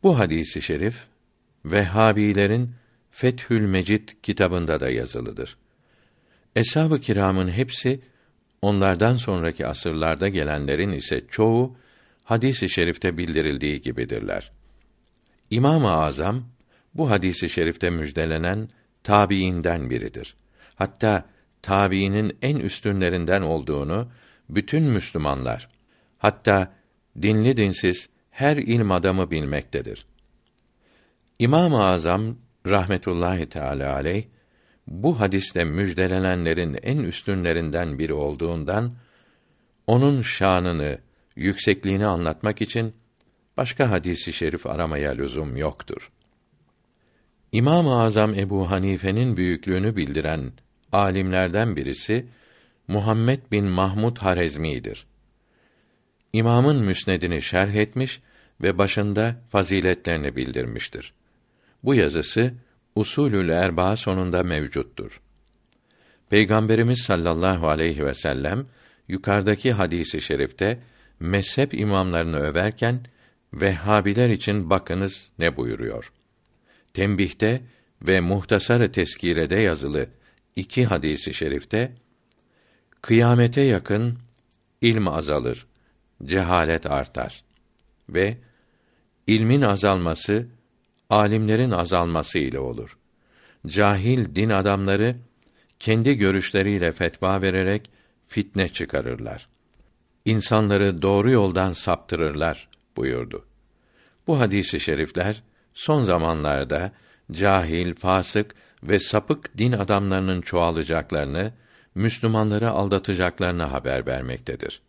Bu hadisi şerif Vehhabilerin Fethül Mecid kitabında da yazılıdır. Eshab-ı kiramın hepsi, onlardan sonraki asırlarda gelenlerin ise çoğu hadis-i şerifte bildirildiği gibidirler. İmam-ı Azam bu hadisi şerifte müjdelenen tabiinden biridir. Hatta tabiinin en üstünlerinden olduğunu bütün Müslümanlar, hatta dinli dinsiz her ilm adamı bilmektedir. İmam-ı Azam rahmetullahi teâlâ aleyh bu hadiste müjdelenenlerin en üstünlerinden biri olduğundan onun şanını, yüksekliğini anlatmak için başka hadisi şerif aramaya lüzum yoktur. İmam-ı Azam Ebu Hanife'nin büyüklüğünü bildiren alimlerden birisi Muhammed bin Mahmud Harezmi'dir. İmamın müsnedini şerh etmiş ve başında faziletlerini bildirmiştir. Bu yazısı Usulül Erbaa sonunda mevcuttur. Peygamberimiz sallallahu aleyhi ve sellem yukarıdaki hadisi şerifte mezhep imamlarını överken Vehhabiler için bakınız ne buyuruyor. Tembihte ve Muhtasar-ı Teskîre'de yazılı iki hadisi şerifte kıyamete yakın ilm azalır, cehalet artar ve ilmin azalması alimlerin azalması ile olur. Cahil din adamları kendi görüşleriyle fetva vererek fitne çıkarırlar. İnsanları doğru yoldan saptırırlar buyurdu. Bu hadisi şerifler son zamanlarda cahil, fasık ve sapık din adamlarının çoğalacaklarını, Müslümanları aldatacaklarını haber vermektedir.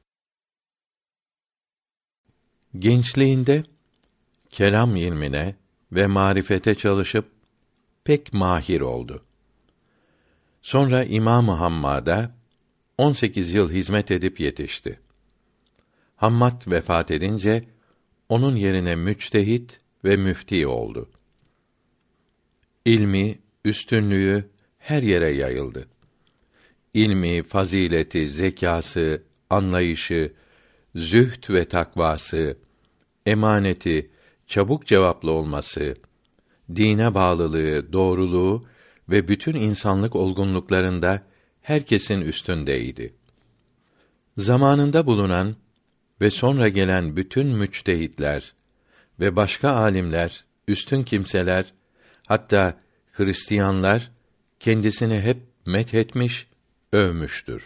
Gençliğinde kelam ilmine ve marifete çalışıp pek mahir oldu. Sonra İmam-ı Hammad'a 18 yıl hizmet edip yetişti. Hammad vefat edince onun yerine müçtehit ve müfti oldu. İlmi, üstünlüğü her yere yayıldı. İlmi, fazileti, zekâsı, anlayışı, zühd ve takvası, emaneti, çabuk cevaplı olması, dine bağlılığı, doğruluğu ve bütün insanlık olgunluklarında herkesin üstündeydi. Zamanında bulunan ve sonra gelen bütün müçtehitler ve başka alimler, üstün kimseler, hatta Hristiyanlar kendisini hep methetmiş, övmüştür.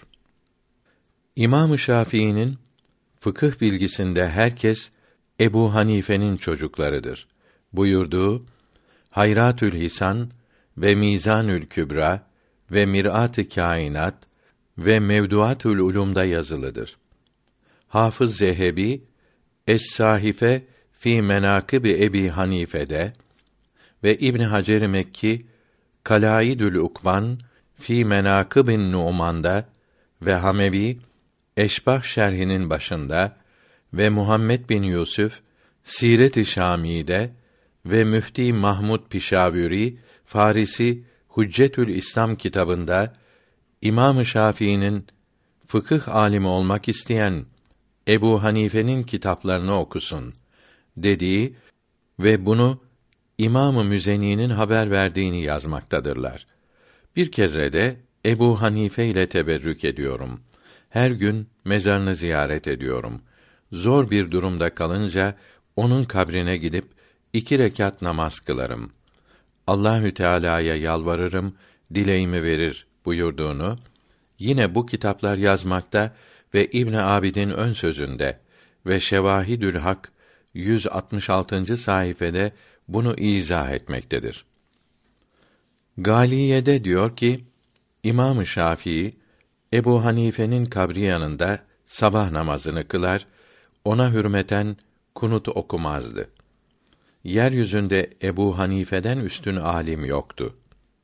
İmam-ı Şafii'nin fıkıh bilgisinde herkes Ebu Hanife'nin çocuklarıdır buyurduğu Hayratül Hisan ve Mizanül Kübra ve Mir'at-ı Kainat ve Mevduatül Ulum'da yazılıdır. Hafız Zehebi Es-Sahife fi Menâkıb-i Ebi Hanife'de ve İbn Hacer Mekki Kalaidül Ukban fi Menâkıb-ı Nu'man'da ve Hamevi Eşbah şerhinin başında ve Muhammed bin Yusuf Siret-i Şamî'de ve Müfti Mahmud Pişavuri Farisi Hüccetül İslam kitabında İmam-ı Şafii'nin fıkıh alimi olmak isteyen Ebu Hanife'nin kitaplarını okusun dediği ve bunu İmam-ı Müzeni'nin haber verdiğini yazmaktadırlar. Bir kere de Ebu Hanife ile teberrük ediyorum. Her gün mezarını ziyaret ediyorum. Zor bir durumda kalınca onun kabrine gidip 2 rekat namaz kılarım. Allahü Teala'ya yalvarırım, dileğimi verir buyurduğunu yine bu kitaplar yazmakta ve İbn Abidin ön sözünde ve Şevahidül Hak 166. sayfede bunu izah etmektedir. Galiye'de diyor ki İmam-ı Şafii Ebu Hanife'nin kabri yanında sabah namazını kılar, ona hürmeten kunut okumazdı. Yeryüzünde Ebu Hanife'den üstün alim yoktu.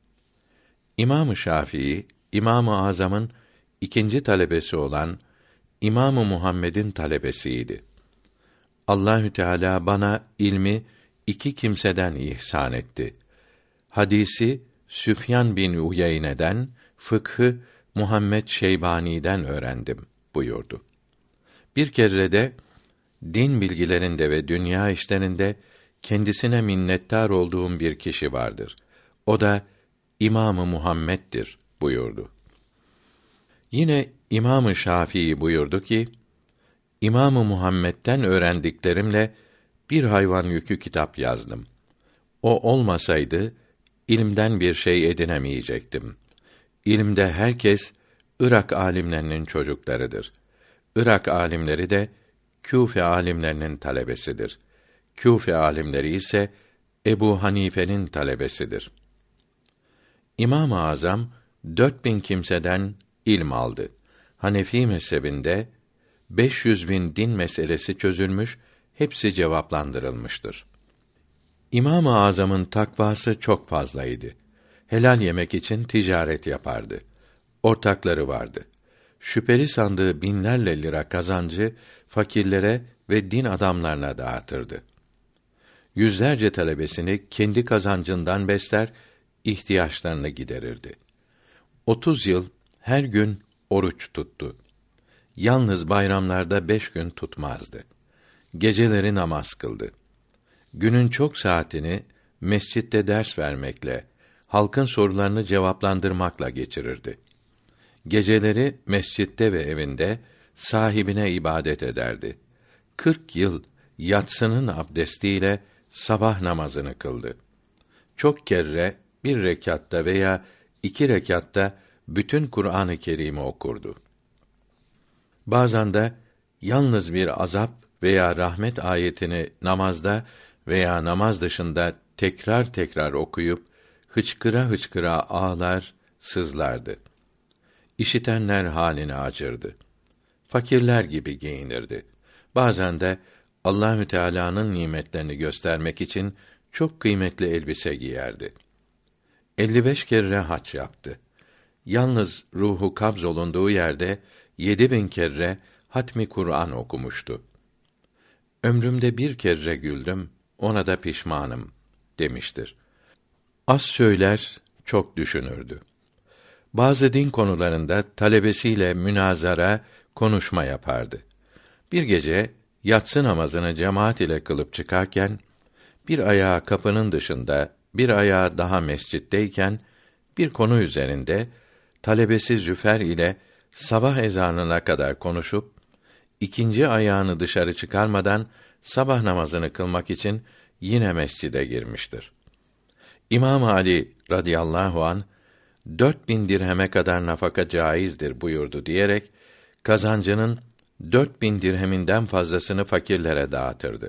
İmam-ı Şafii, İmam-ı Azam'ın 2. talebesi olan İmam-ı Muhammed'in talebesiydi. Allahü Teala bana ilmi 2 kimseden ihsan etti. Hadisi Süfyan bin Uyeyne'den, fıkhı Muhammed Şeybani'den öğrendim buyurdu. Bir kere de din bilgilerinde ve dünya işlerinde kendisine minnettar olduğum bir kişi vardır. O da İmam-ı Muhammed'dir buyurdu. Yine İmam-ı Şafii buyurdu ki, İmam-ı Muhammed'den öğrendiklerimle bir hayvan yükü kitap yazdım. O olmasaydı ilimden bir şey edinemeyecektim. İlimde herkes Irak alimlerinin çocuklarıdır. Irak alimleri de Küfe alimlerinin talebesidir. Küfe alimleri ise Ebu Hanife'nin talebesidir. İmam-ı Azam 4000 kimseden ilm aldı. Hanefi mezhebinde 500.000 din meselesi çözülmüş, hepsi cevaplandırılmıştır. İmam-ı Azam'ın takvası çok fazlaydı. Helal yemek için ticaret yapardı. Ortakları vardı. Şüpheli sandığı binlerle lira kazancı fakirlere ve din adamlarına dağıtırdı. Yüzlerce talebesini kendi kazancından besler, ihtiyaçlarını giderirdi. 30 yıl her gün oruç tuttu. Yalnız bayramlarda 5 gün tutmazdı. Geceleri namaz kıldı. Günün çok saatini mescitte ders vermekle, halkın sorularını cevaplandırmakla geçirirdi. Geceleri mescitte ve evinde sahibine ibadet ederdi. 40 yıl yatsının abdestiyle sabah namazını kıldı. Çok kere bir rekatta veya 2 rekatta bütün Kur'an-ı Kerim'i okurdu. Bazen de yalnız bir azap veya rahmet ayetini namazda veya namaz dışında tekrar tekrar okuyup hıçkıra hıçkıra ağlar, sızlardı. İşitenler haline acırdı. Fakirler gibi giyinirdi. Bazen de Allahü Teala'nın nimetlerini göstermek için çok kıymetli elbise giyerdi. 55 kere hac yaptı. Yalnız ruhu kabz olunduğu yerde 7000 kere hatmi Kur'an okumuştu. Ömrümde bir kere güldüm, ona da pişmanım demiştir. Az söyler, çok düşünürdü. Bazı din konularında talebesiyle münazara, konuşma yapardı. Bir gece yatsı namazını cemaat ile kılıp çıkarken, bir ayağı kapının dışında, bir ayağı daha mescitteyken, bir konu üzerinde talebesi Züfer ile sabah ezanına kadar konuşup, ikinci ayağını dışarı çıkarmadan sabah namazını kılmak için yine mescide girmiştir. İmam Ali radıyallahu an 4000 dirheme kadar nafaka caizdir buyurdu diyerek kazancının 4000 dirheminden fazlasını fakirlere dağıtırdı.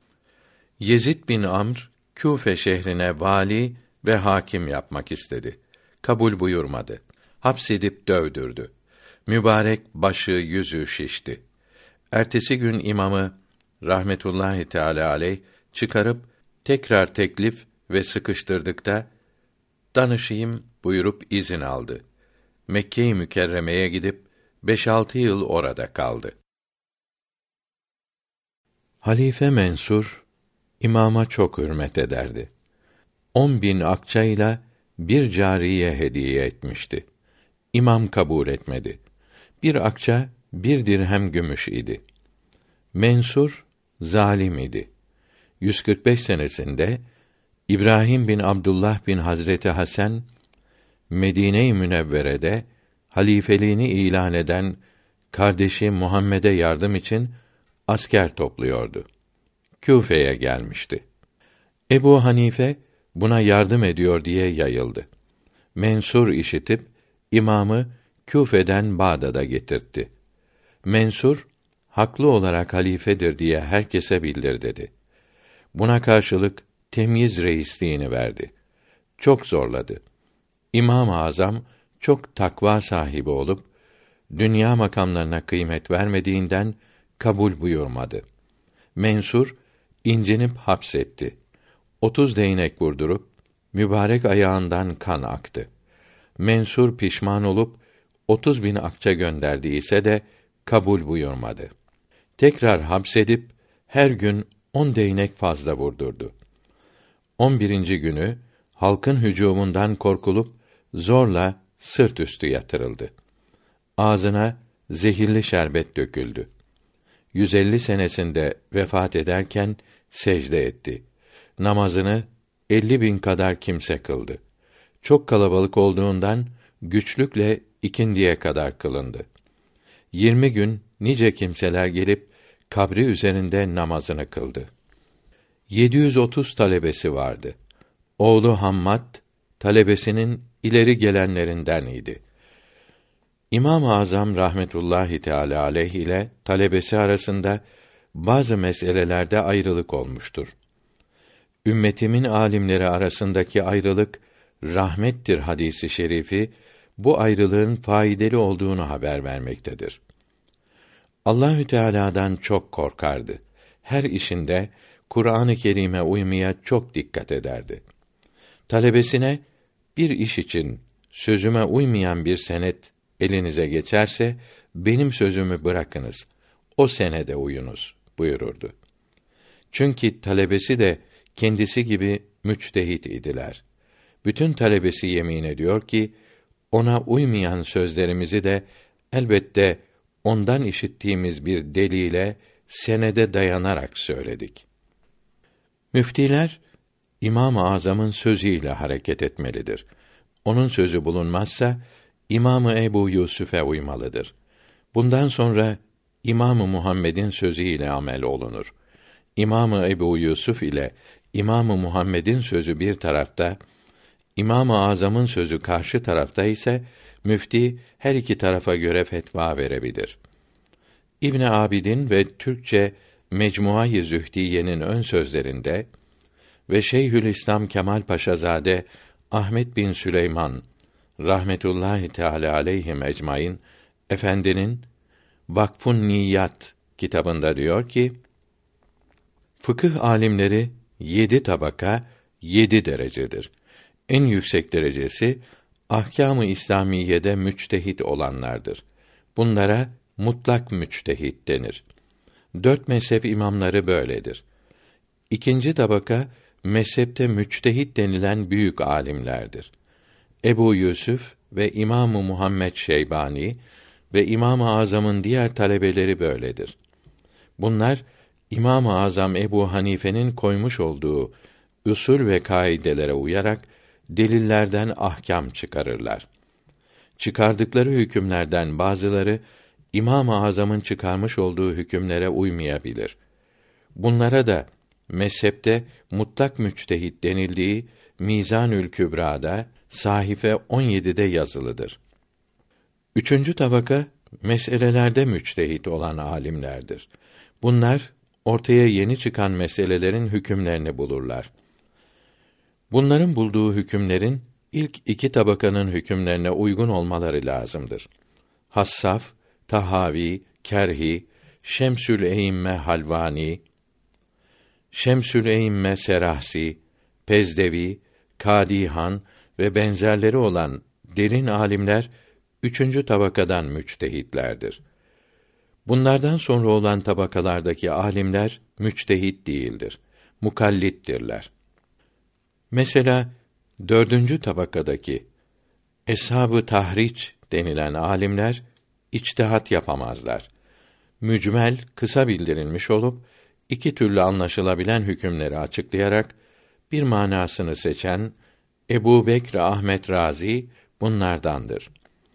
Yezid bin Amr Küfe şehrine vali ve hakim yapmak istedi. Kabul buyurmadı. Hapsedip dövdürdü. Mübarek başı yüzü şişti. Ertesi gün imamı rahmetullahi teala aleyh çıkarıp tekrar teklif ve sıkıştırdıkta danışayım buyurup izin aldı. Mekke-i Mükerreme'ye gidip 5-6 yıl orada kaldı. Halife Mensur imama çok hürmet ederdi. 10.000 akçayla bir cariye hediye etmişti. İmam kabul etmedi. Bir akça 1 dirhem gümüş idi. Mensur zalim idi. 145 senesinde İbrahim bin Abdullah bin Hazreti Hasan Medine-i Münevvere'de halifeliğini ilan eden kardeşi Muhammed'e yardım için asker topluyordu. Küfe'ye gelmişti. Ebu Hanife buna yardım ediyor diye yayıldı. Mensur işitip imamı Küfe'den Bağdat'a getirtti. Mensur haklı olarak halifedir diye herkese bildir dedi. Buna karşılık temyiz reisliğini verdi. Çok zorladı. İmam-ı Azam çok takva sahibi olup dünya makamlarına kıymet vermediğinden kabul buyurmadı. Mensur incinip hapsetti. 30 değnek vurdurup mübarek ayağından kan aktı. Mensur pişman olup 30.000 akçe gönderdiyse de kabul buyurmadı. Tekrar hapsedip her gün 10 değnek fazla vurdurdu. 11. günü halkın hücumundan korkulup zorla sırt üstü yatırıldı. Ağzına zehirli şerbet döküldü. 150 senesinde vefat ederken secde etti. namazını 50.000 kadar kimse kıldı. Çok kalabalık olduğundan güçlükle ikindiye kadar kılındı. 20 gün nice kimseler gelip kabri üzerinde namazını kıldı. 730 talebesi vardı. Oğlu Hammad talebesinin ileri gelenlerinden idi. İmam-ı Azam rahmetullahi teâlâ aleyh ile talebesi arasında bazı meselelerde ayrılık olmuştur. Ümmetimin âlimleri arasındaki ayrılık rahmettir hadisi şerifi bu ayrılığın faydalı olduğunu haber vermektedir. Allahü Teala'dan çok korkardı. Her işinde Kur'an-ı Kerim'e uymaya çok dikkat ederdi. Talebesine bir iş için sözüme uymayan bir senet elinize geçerse benim sözümü bırakınız. O senede uyunuz buyururdu. Çünkü talebesi de kendisi gibi müçtehit idiler. Bütün talebesi yemin ediyor ki ona uymayan sözlerimizi de elbette ondan işittiğimiz bir delile senede dayanarak söyledik. Müftiler İmam-ı Azam'ın sözüyle hareket etmelidir. Onun sözü bulunmazsa İmam-ı Ebu Yusuf'e uymalıdır. Bundan sonra İmam-ı Muhammed'in sözüyle amel olunur. İmam-ı Ebu Yusuf ile İmam-ı Muhammed'in sözü bir tarafta, İmam-ı Azam'ın sözü karşı tarafta ise müfti her iki tarafa göre fetva verebilir. İbn Abidin ve Türkçe Mecmuayı Zühdiye'nin ön sözlerinde ve Şeyhülislam Kemal Paşazade Ahmet bin Süleyman rahmetullahi teâlâ aleyhim ecmaîn efendinin Vakfun Niyyat kitabında diyor ki: fıkıh alimleri 7 tabaka, 7 derecedir. En yüksek derecesi ahkâm-ı İslamiyede müçtehit olanlardır. Bunlara mutlak müçtehit denir. 4 mezhep imamları böyledir. İkinci tabaka mezhepte müçtehit denilen büyük alimlerdir. Ebu Yusuf ve İmam-ı Muhammed Şeybani ve İmam-ı Azam'ın diğer talebeleri böyledir. Bunlar İmam-ı Azam Ebu Hanife'nin koymuş olduğu usul ve kaidelere uyarak delillerden ahkam çıkarırlar. Çıkardıkları hükümlerden bazıları İmam-ı Azam'ın çıkarmış olduğu hükümlere uymayabilir. Bunlara da mezhepte mutlak müçtehit denildiği Mizanül Kübra'da sahife 17'de yazılıdır. Üçüncü tabaka meselelerde müçtehit olan alimlerdir. Bunlar ortaya yeni çıkan meselelerin hükümlerini bulurlar. Bunların bulduğu hükümlerin ilk 2 tabakanın hükümlerine uygun olmaları lazımdır. Hassaf, Tahavi, Kerhi, Şemsül Eyyimme Halvani, Şemsül Eyyimme Serahsi, Pezdevi, Kadihan ve benzerleri olan derin alimler 3. tabakadan müçtehitlerdir. Bunlardan sonra olan tabakalardaki alimler müçtehit değildir. Mukallittirler. Mesela 4. tabakadaki Eshab-ı Tahriç denilen alimler içtihat yapamazlar. Mücmel kısa bildirilmiş olup 2 türlü anlaşılabilen hükümleri açıklayarak bir manasını seçen Ebu Bekr Ahmet Razi bunlardandır.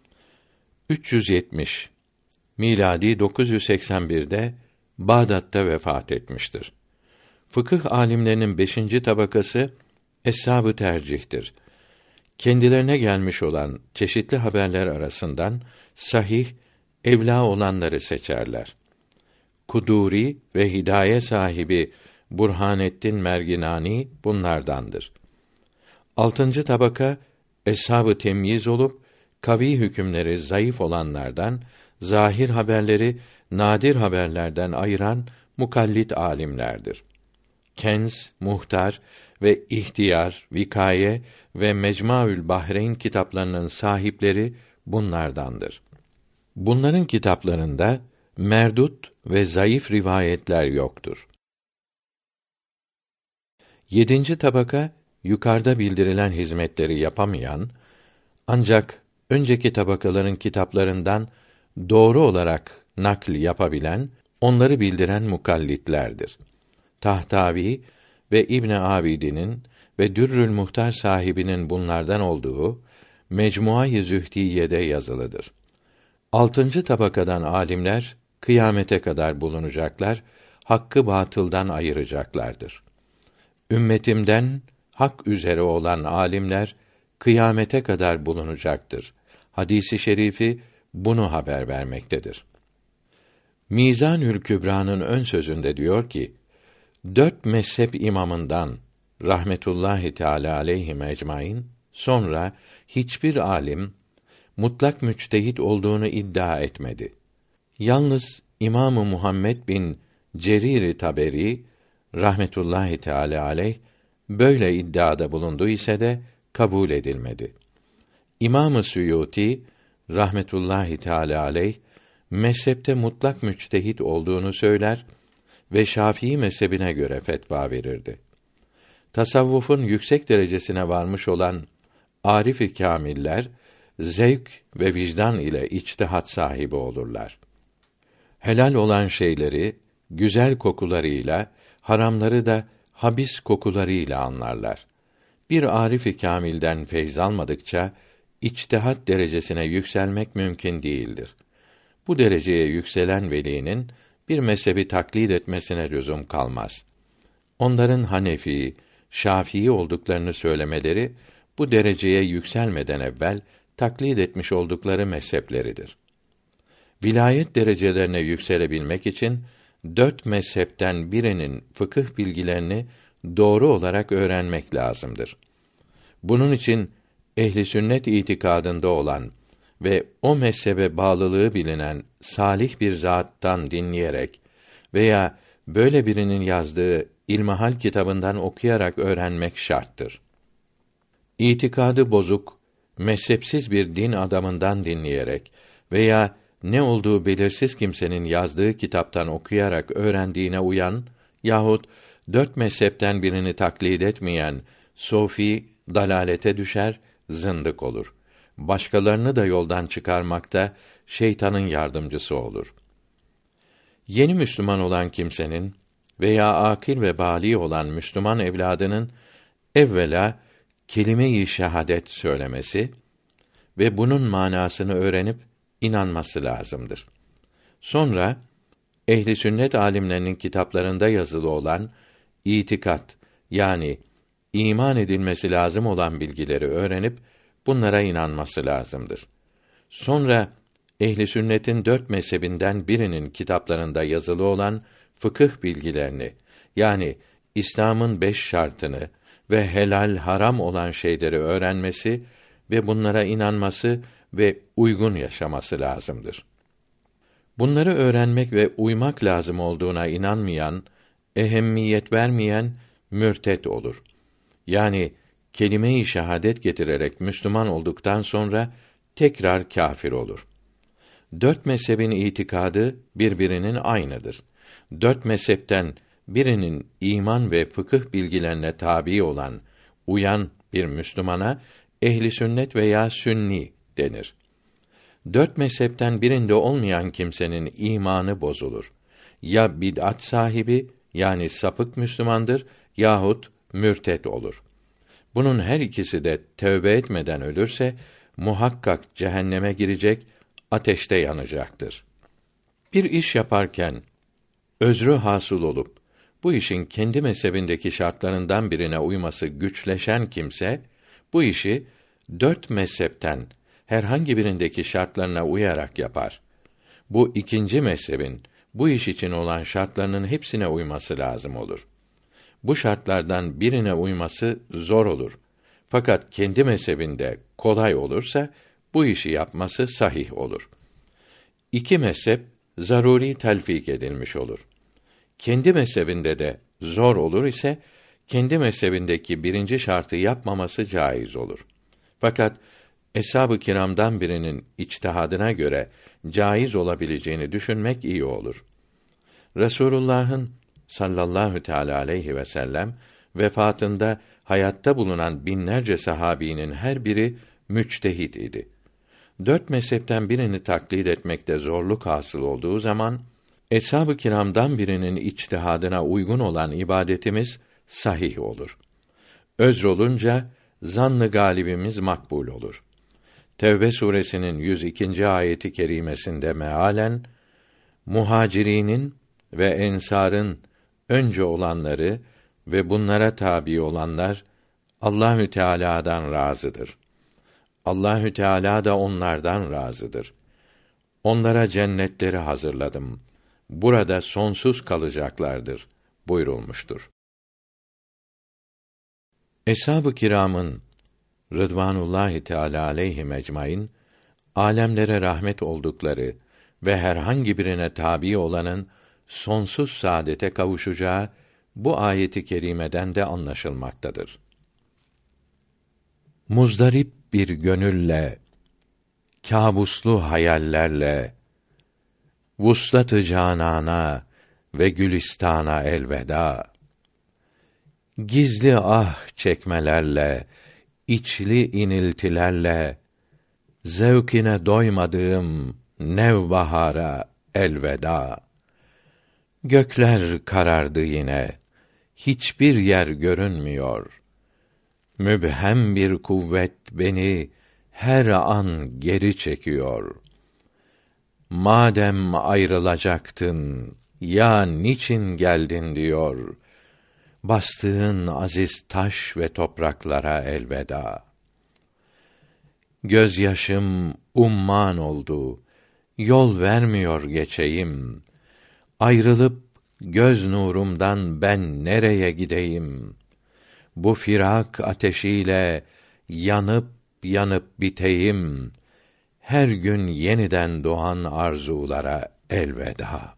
370 miladi 981'de Bağdat'ta vefat etmiştir. Fıkıh alimlerinin 5. tabakası Eshab-ı Tercih'tir. Kendilerine gelmiş olan çeşitli haberler arasından sahih, evlâ olanları seçerler. Kuduri ve hidaye sahibi Burhanettin Merginani bunlardandır. 6. tabaka Eshab-ı Temyiz olup kavi hükümleri zayıf olanlardan zahir haberleri nadir haberlerden ayıran mukallit alimlerdir. Kenz, Muhtar ve İhtiyar, Vikaye ve Mecmuaül Bahreyn kitaplarının sahipleri bunlardandır. Bunların kitaplarında merdut ve zayıf rivayetler yoktur. 7. tabaka yukarıda bildirilen hizmetleri yapamayan ancak önceki tabakaların kitaplarından doğru olarak nakl yapabilen, onları bildiren mukallitlerdir. Tahtavi ve İbn Abidin'in ve Dürrül Muhtar sahibinin bunlardan olduğu Mecmua-i Zühdiye'de yazılıdır. 6. tabakadan alimler kıyamete kadar bulunacaklar, hakkı batıldan ayıracaklardır. Ümmetimden hak üzere olan alimler kıyamete kadar bulunacaktır. Hadisi şerifi bunu haber vermektedir. Mizanül Kübra'nın ön sözünde diyor ki, 4 mezhep imamından rahmetullahi teâlâ aleyhim ecmaîn sonra hiçbir alim mutlak müçtehit olduğunu iddia etmedi. Yalnız İmam-ı Muhammed bin Cerir-i Taberi rahmetullahi teâlâ aleyh böyle iddiada bulundu ise de kabul edilmedi. İmam-ı Suyuti rahmetullahi teâlâ aleyh mezhepte mutlak müçtehit olduğunu söyler ve Şafii mezhebine göre fetva verirdi. Tasavvufun yüksek derecesine varmış olan arif-i kâmiller zevk ve vicdan ile içtihat sahibi olurlar. Helal olan şeyleri güzel kokularıyla, haramları da habis kokularıyla anlarlar. Bir arif-i kâmilden feyz almadıkça içtihat derecesine yükselmek mümkün değildir. Bu dereceye yükselen velinin bir mezhebi taklid etmesine lüzum kalmaz. Onların Hanefi, Şafii olduklarını söylemeleri bu dereceye yükselmeden evvel taklid etmiş oldukları mezhepleridir. Vilayet derecelerine yükselebilmek için 4 mezhepten birinin fıkıh bilgilerini doğru olarak öğrenmek lazımdır. Bunun için ehli sünnet itikadında olan ve o mezhebe bağlılığı bilinen salih bir zattan dinleyerek veya böyle birinin yazdığı İlmihal kitabından okuyarak öğrenmek şarttır. İtikadı bozuk, mezhepsiz bir din adamından dinleyerek veya ne olduğu belirsiz kimsenin yazdığı kitaptan okuyarak öğrendiğine uyan yahut 4 mezhepten birini taklid etmeyen sofi dalalete düşer, zındık olur. Başkalarını da yoldan çıkarmakta şeytanın yardımcısı olur. Yeni Müslüman olan kimsenin veya akil ve bâli olan Müslüman evladının evvela kelime-i şehadet söylemesi ve bunun manasını öğrenip inanması lazımdır. Sonra ehli sünnet alimlerinin kitaplarında yazılı olan itikat yani iman edilmesi lazım olan bilgileri öğrenip bunlara inanması lazımdır. Sonra ehli sünnetin 4 mezhebinden birinin kitaplarında yazılı olan fıkıh bilgilerini yani İslam'ın 5 şartını ve helal haram olan şeyleri öğrenmesi ve bunlara inanması ve uygun yaşaması lazımdır. Bunları öğrenmek ve uymak lazım olduğuna inanmayan, ehemmiyet vermeyen mürtet olur. Yani kelime-i şehadet getirerek Müslüman olduktan sonra tekrar kâfir olur. 4 mezhebin itikadı birbirinin aynıdır. 4 mezhepten birinin iman ve fıkıh bilgilerine tabi olan, uyan bir Müslümana ehli sünnet veya sünni denir. 4 mezhepten birinde olmayan kimsenin imanı bozulur. Ya bid'at sahibi yani sapık Müslümandır yahut mürtet olur. Bunun her ikisi de tövbe etmeden ölürse muhakkak cehenneme girecek, ateşte yanacaktır. Bir iş yaparken özrü hasıl olup bu işin kendi mezhebindeki şartlarından birine uyması güçleşen kimse bu işi 4 mezhepten herhangi birindeki şartlarına uyarak yapar. Bu ikinci mezhebin bu iş için olan şartlarının hepsine uyması lazım olur. Bu şartlardan birine uyması zor olur. Fakat kendi mezhebinde kolay olursa bu işi yapması sahih olur. 2 mezhep zaruri telfik edilmiş olur. Kendi mezhebinde de zor olur ise kendi mezhebindeki birinci şartı yapmaması caiz olur. Fakat eshab-ı kiramdan birinin içtihadına göre caiz olabileceğini düşünmek iyi olur. Resulullah'ın sallallahu teala aleyhi ve sellem vefatında hayatta bulunan binlerce sahabinin her biri müçtehit idi. 4 mezhepten birini taklid etmekte zorluk hasıl olduğu zaman eshab-ı kiramdan birinin içtihadına uygun olan ibadetimiz sahih olur. Özr olunca zan-ı galibimiz makbul olur. Tevbe suresinin 102. ayeti kerimesinde mealen muhacirinin ve ensarın önce olanları ve bunlara tabi olanlar Allahü Teala'dan razıdır. Allahü Teala da onlardan razıdır. Onlara cennetleri hazırladım. Burada sonsuz kalacaklardır buyurulmuştur. Eshab-ı kiramın Rıdvanullahi Teala aleyhim ecmaîn âlemlere rahmet oldukları ve herhangi birine tabi olanın sonsuz saadete kavuşacağı bu ayeti kerimeden de anlaşılmaktadır. Muzdarip bir gönülle, kâbuslu hayallerle, vuslat-ı canana ve gülistana elveda. Gizli ah çekmelerle, içli iniltilerle, zevkine doymadığım nevbahara elveda. Gökler karardı yine, hiçbir yer görünmüyor. Mübhem bir kuvvet beni her an geri çekiyor. Madem ayrılacaktın, ya niçin geldin diyor. Bastığın aziz taş ve topraklara elveda. Gözyaşım umman oldu, yol vermiyor geçeyim. Ayrılıp göz nurumdan ben nereye gideyim? Bu firak ateşiyle yanıp yanıp biteyim. Her gün yeniden doğan arzulara elveda.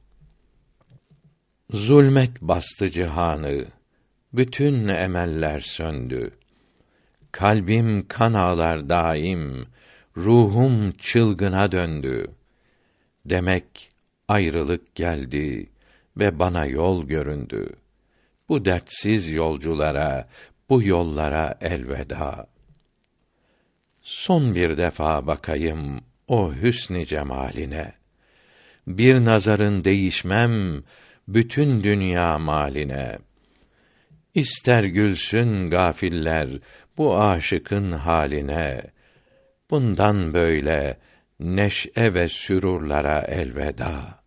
Zulmet bastı cihanı, bütün emeller söndü. Kalbim kan ağlar daim, ruhum çılgına döndü. Demek ayrılık geldi ve bana yol göründü. Bu dertsiz yolculara, bu yollara elveda. Son bir defa bakayım o hüsn-i cemaline. Bir nazarın değişmem bütün dünya maline. İster gülsün gafiller bu aşıkın haline. Bundan böyle neşe ve sürurlara elveda.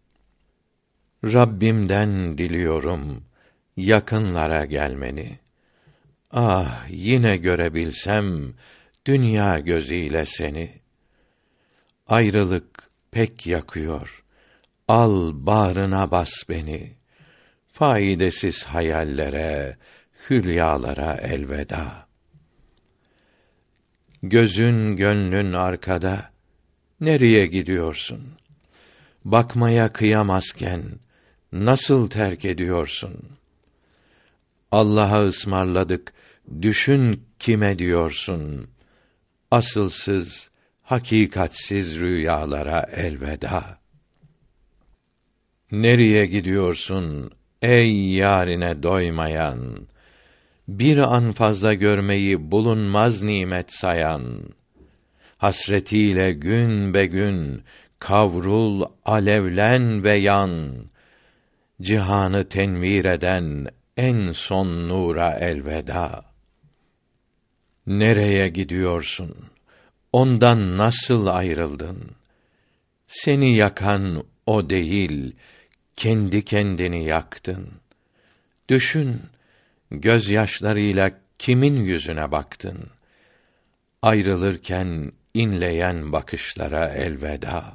Rabbimden diliyorum yakınlara gelmeni. Ah yine görebilsem dünya gözüyle seni. Ayrılık pek yakıyor. Al bağrına bas beni. Faydasız hayallere, hülyalara elveda. Gözün gönlün arkada, nereye gidiyorsun? Bakmaya kıyamazken nasıl terk ediyorsun? Allah'a ısmarladık, düşün kime diyorsun? Asılsız, hakikatsiz rüyalara elveda. Nereye gidiyorsun ey yârine doymayan? Bir an fazla görmeyi bulunmaz nimet sayan. Hasretiyle gün be gün kavrul, alevlen ve yan. Cihanı tenvir eden en son nura elveda. Nereye gidiyorsun? Ondan nasıl ayrıldın? Seni yakan o değil, kendi kendini yaktın. Düşün, gözyaşlarıyla kimin yüzüne baktın? Ayrılırken inleyen bakışlara elveda.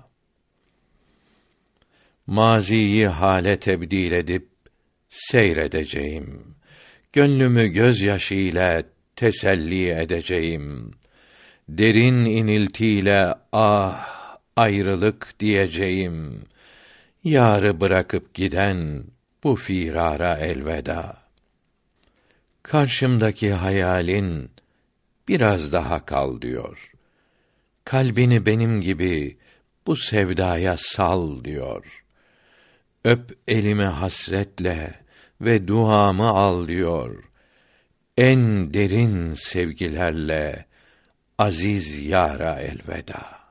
Maziyi hale tebdil edip seyredeceğim. Gönlümü gözyaşıyla teselli edeceğim. Derin iniltiyle ah ayrılık diyeceğim. Yârı bırakıp giden bu firara elveda. Karşımdaki hayalin biraz daha kal diyor. Kalbini benim gibi bu sevdaya sal diyor. Öp elimi hasretle ve duamı al diyor. En derin sevgilerle aziz yâra elveda.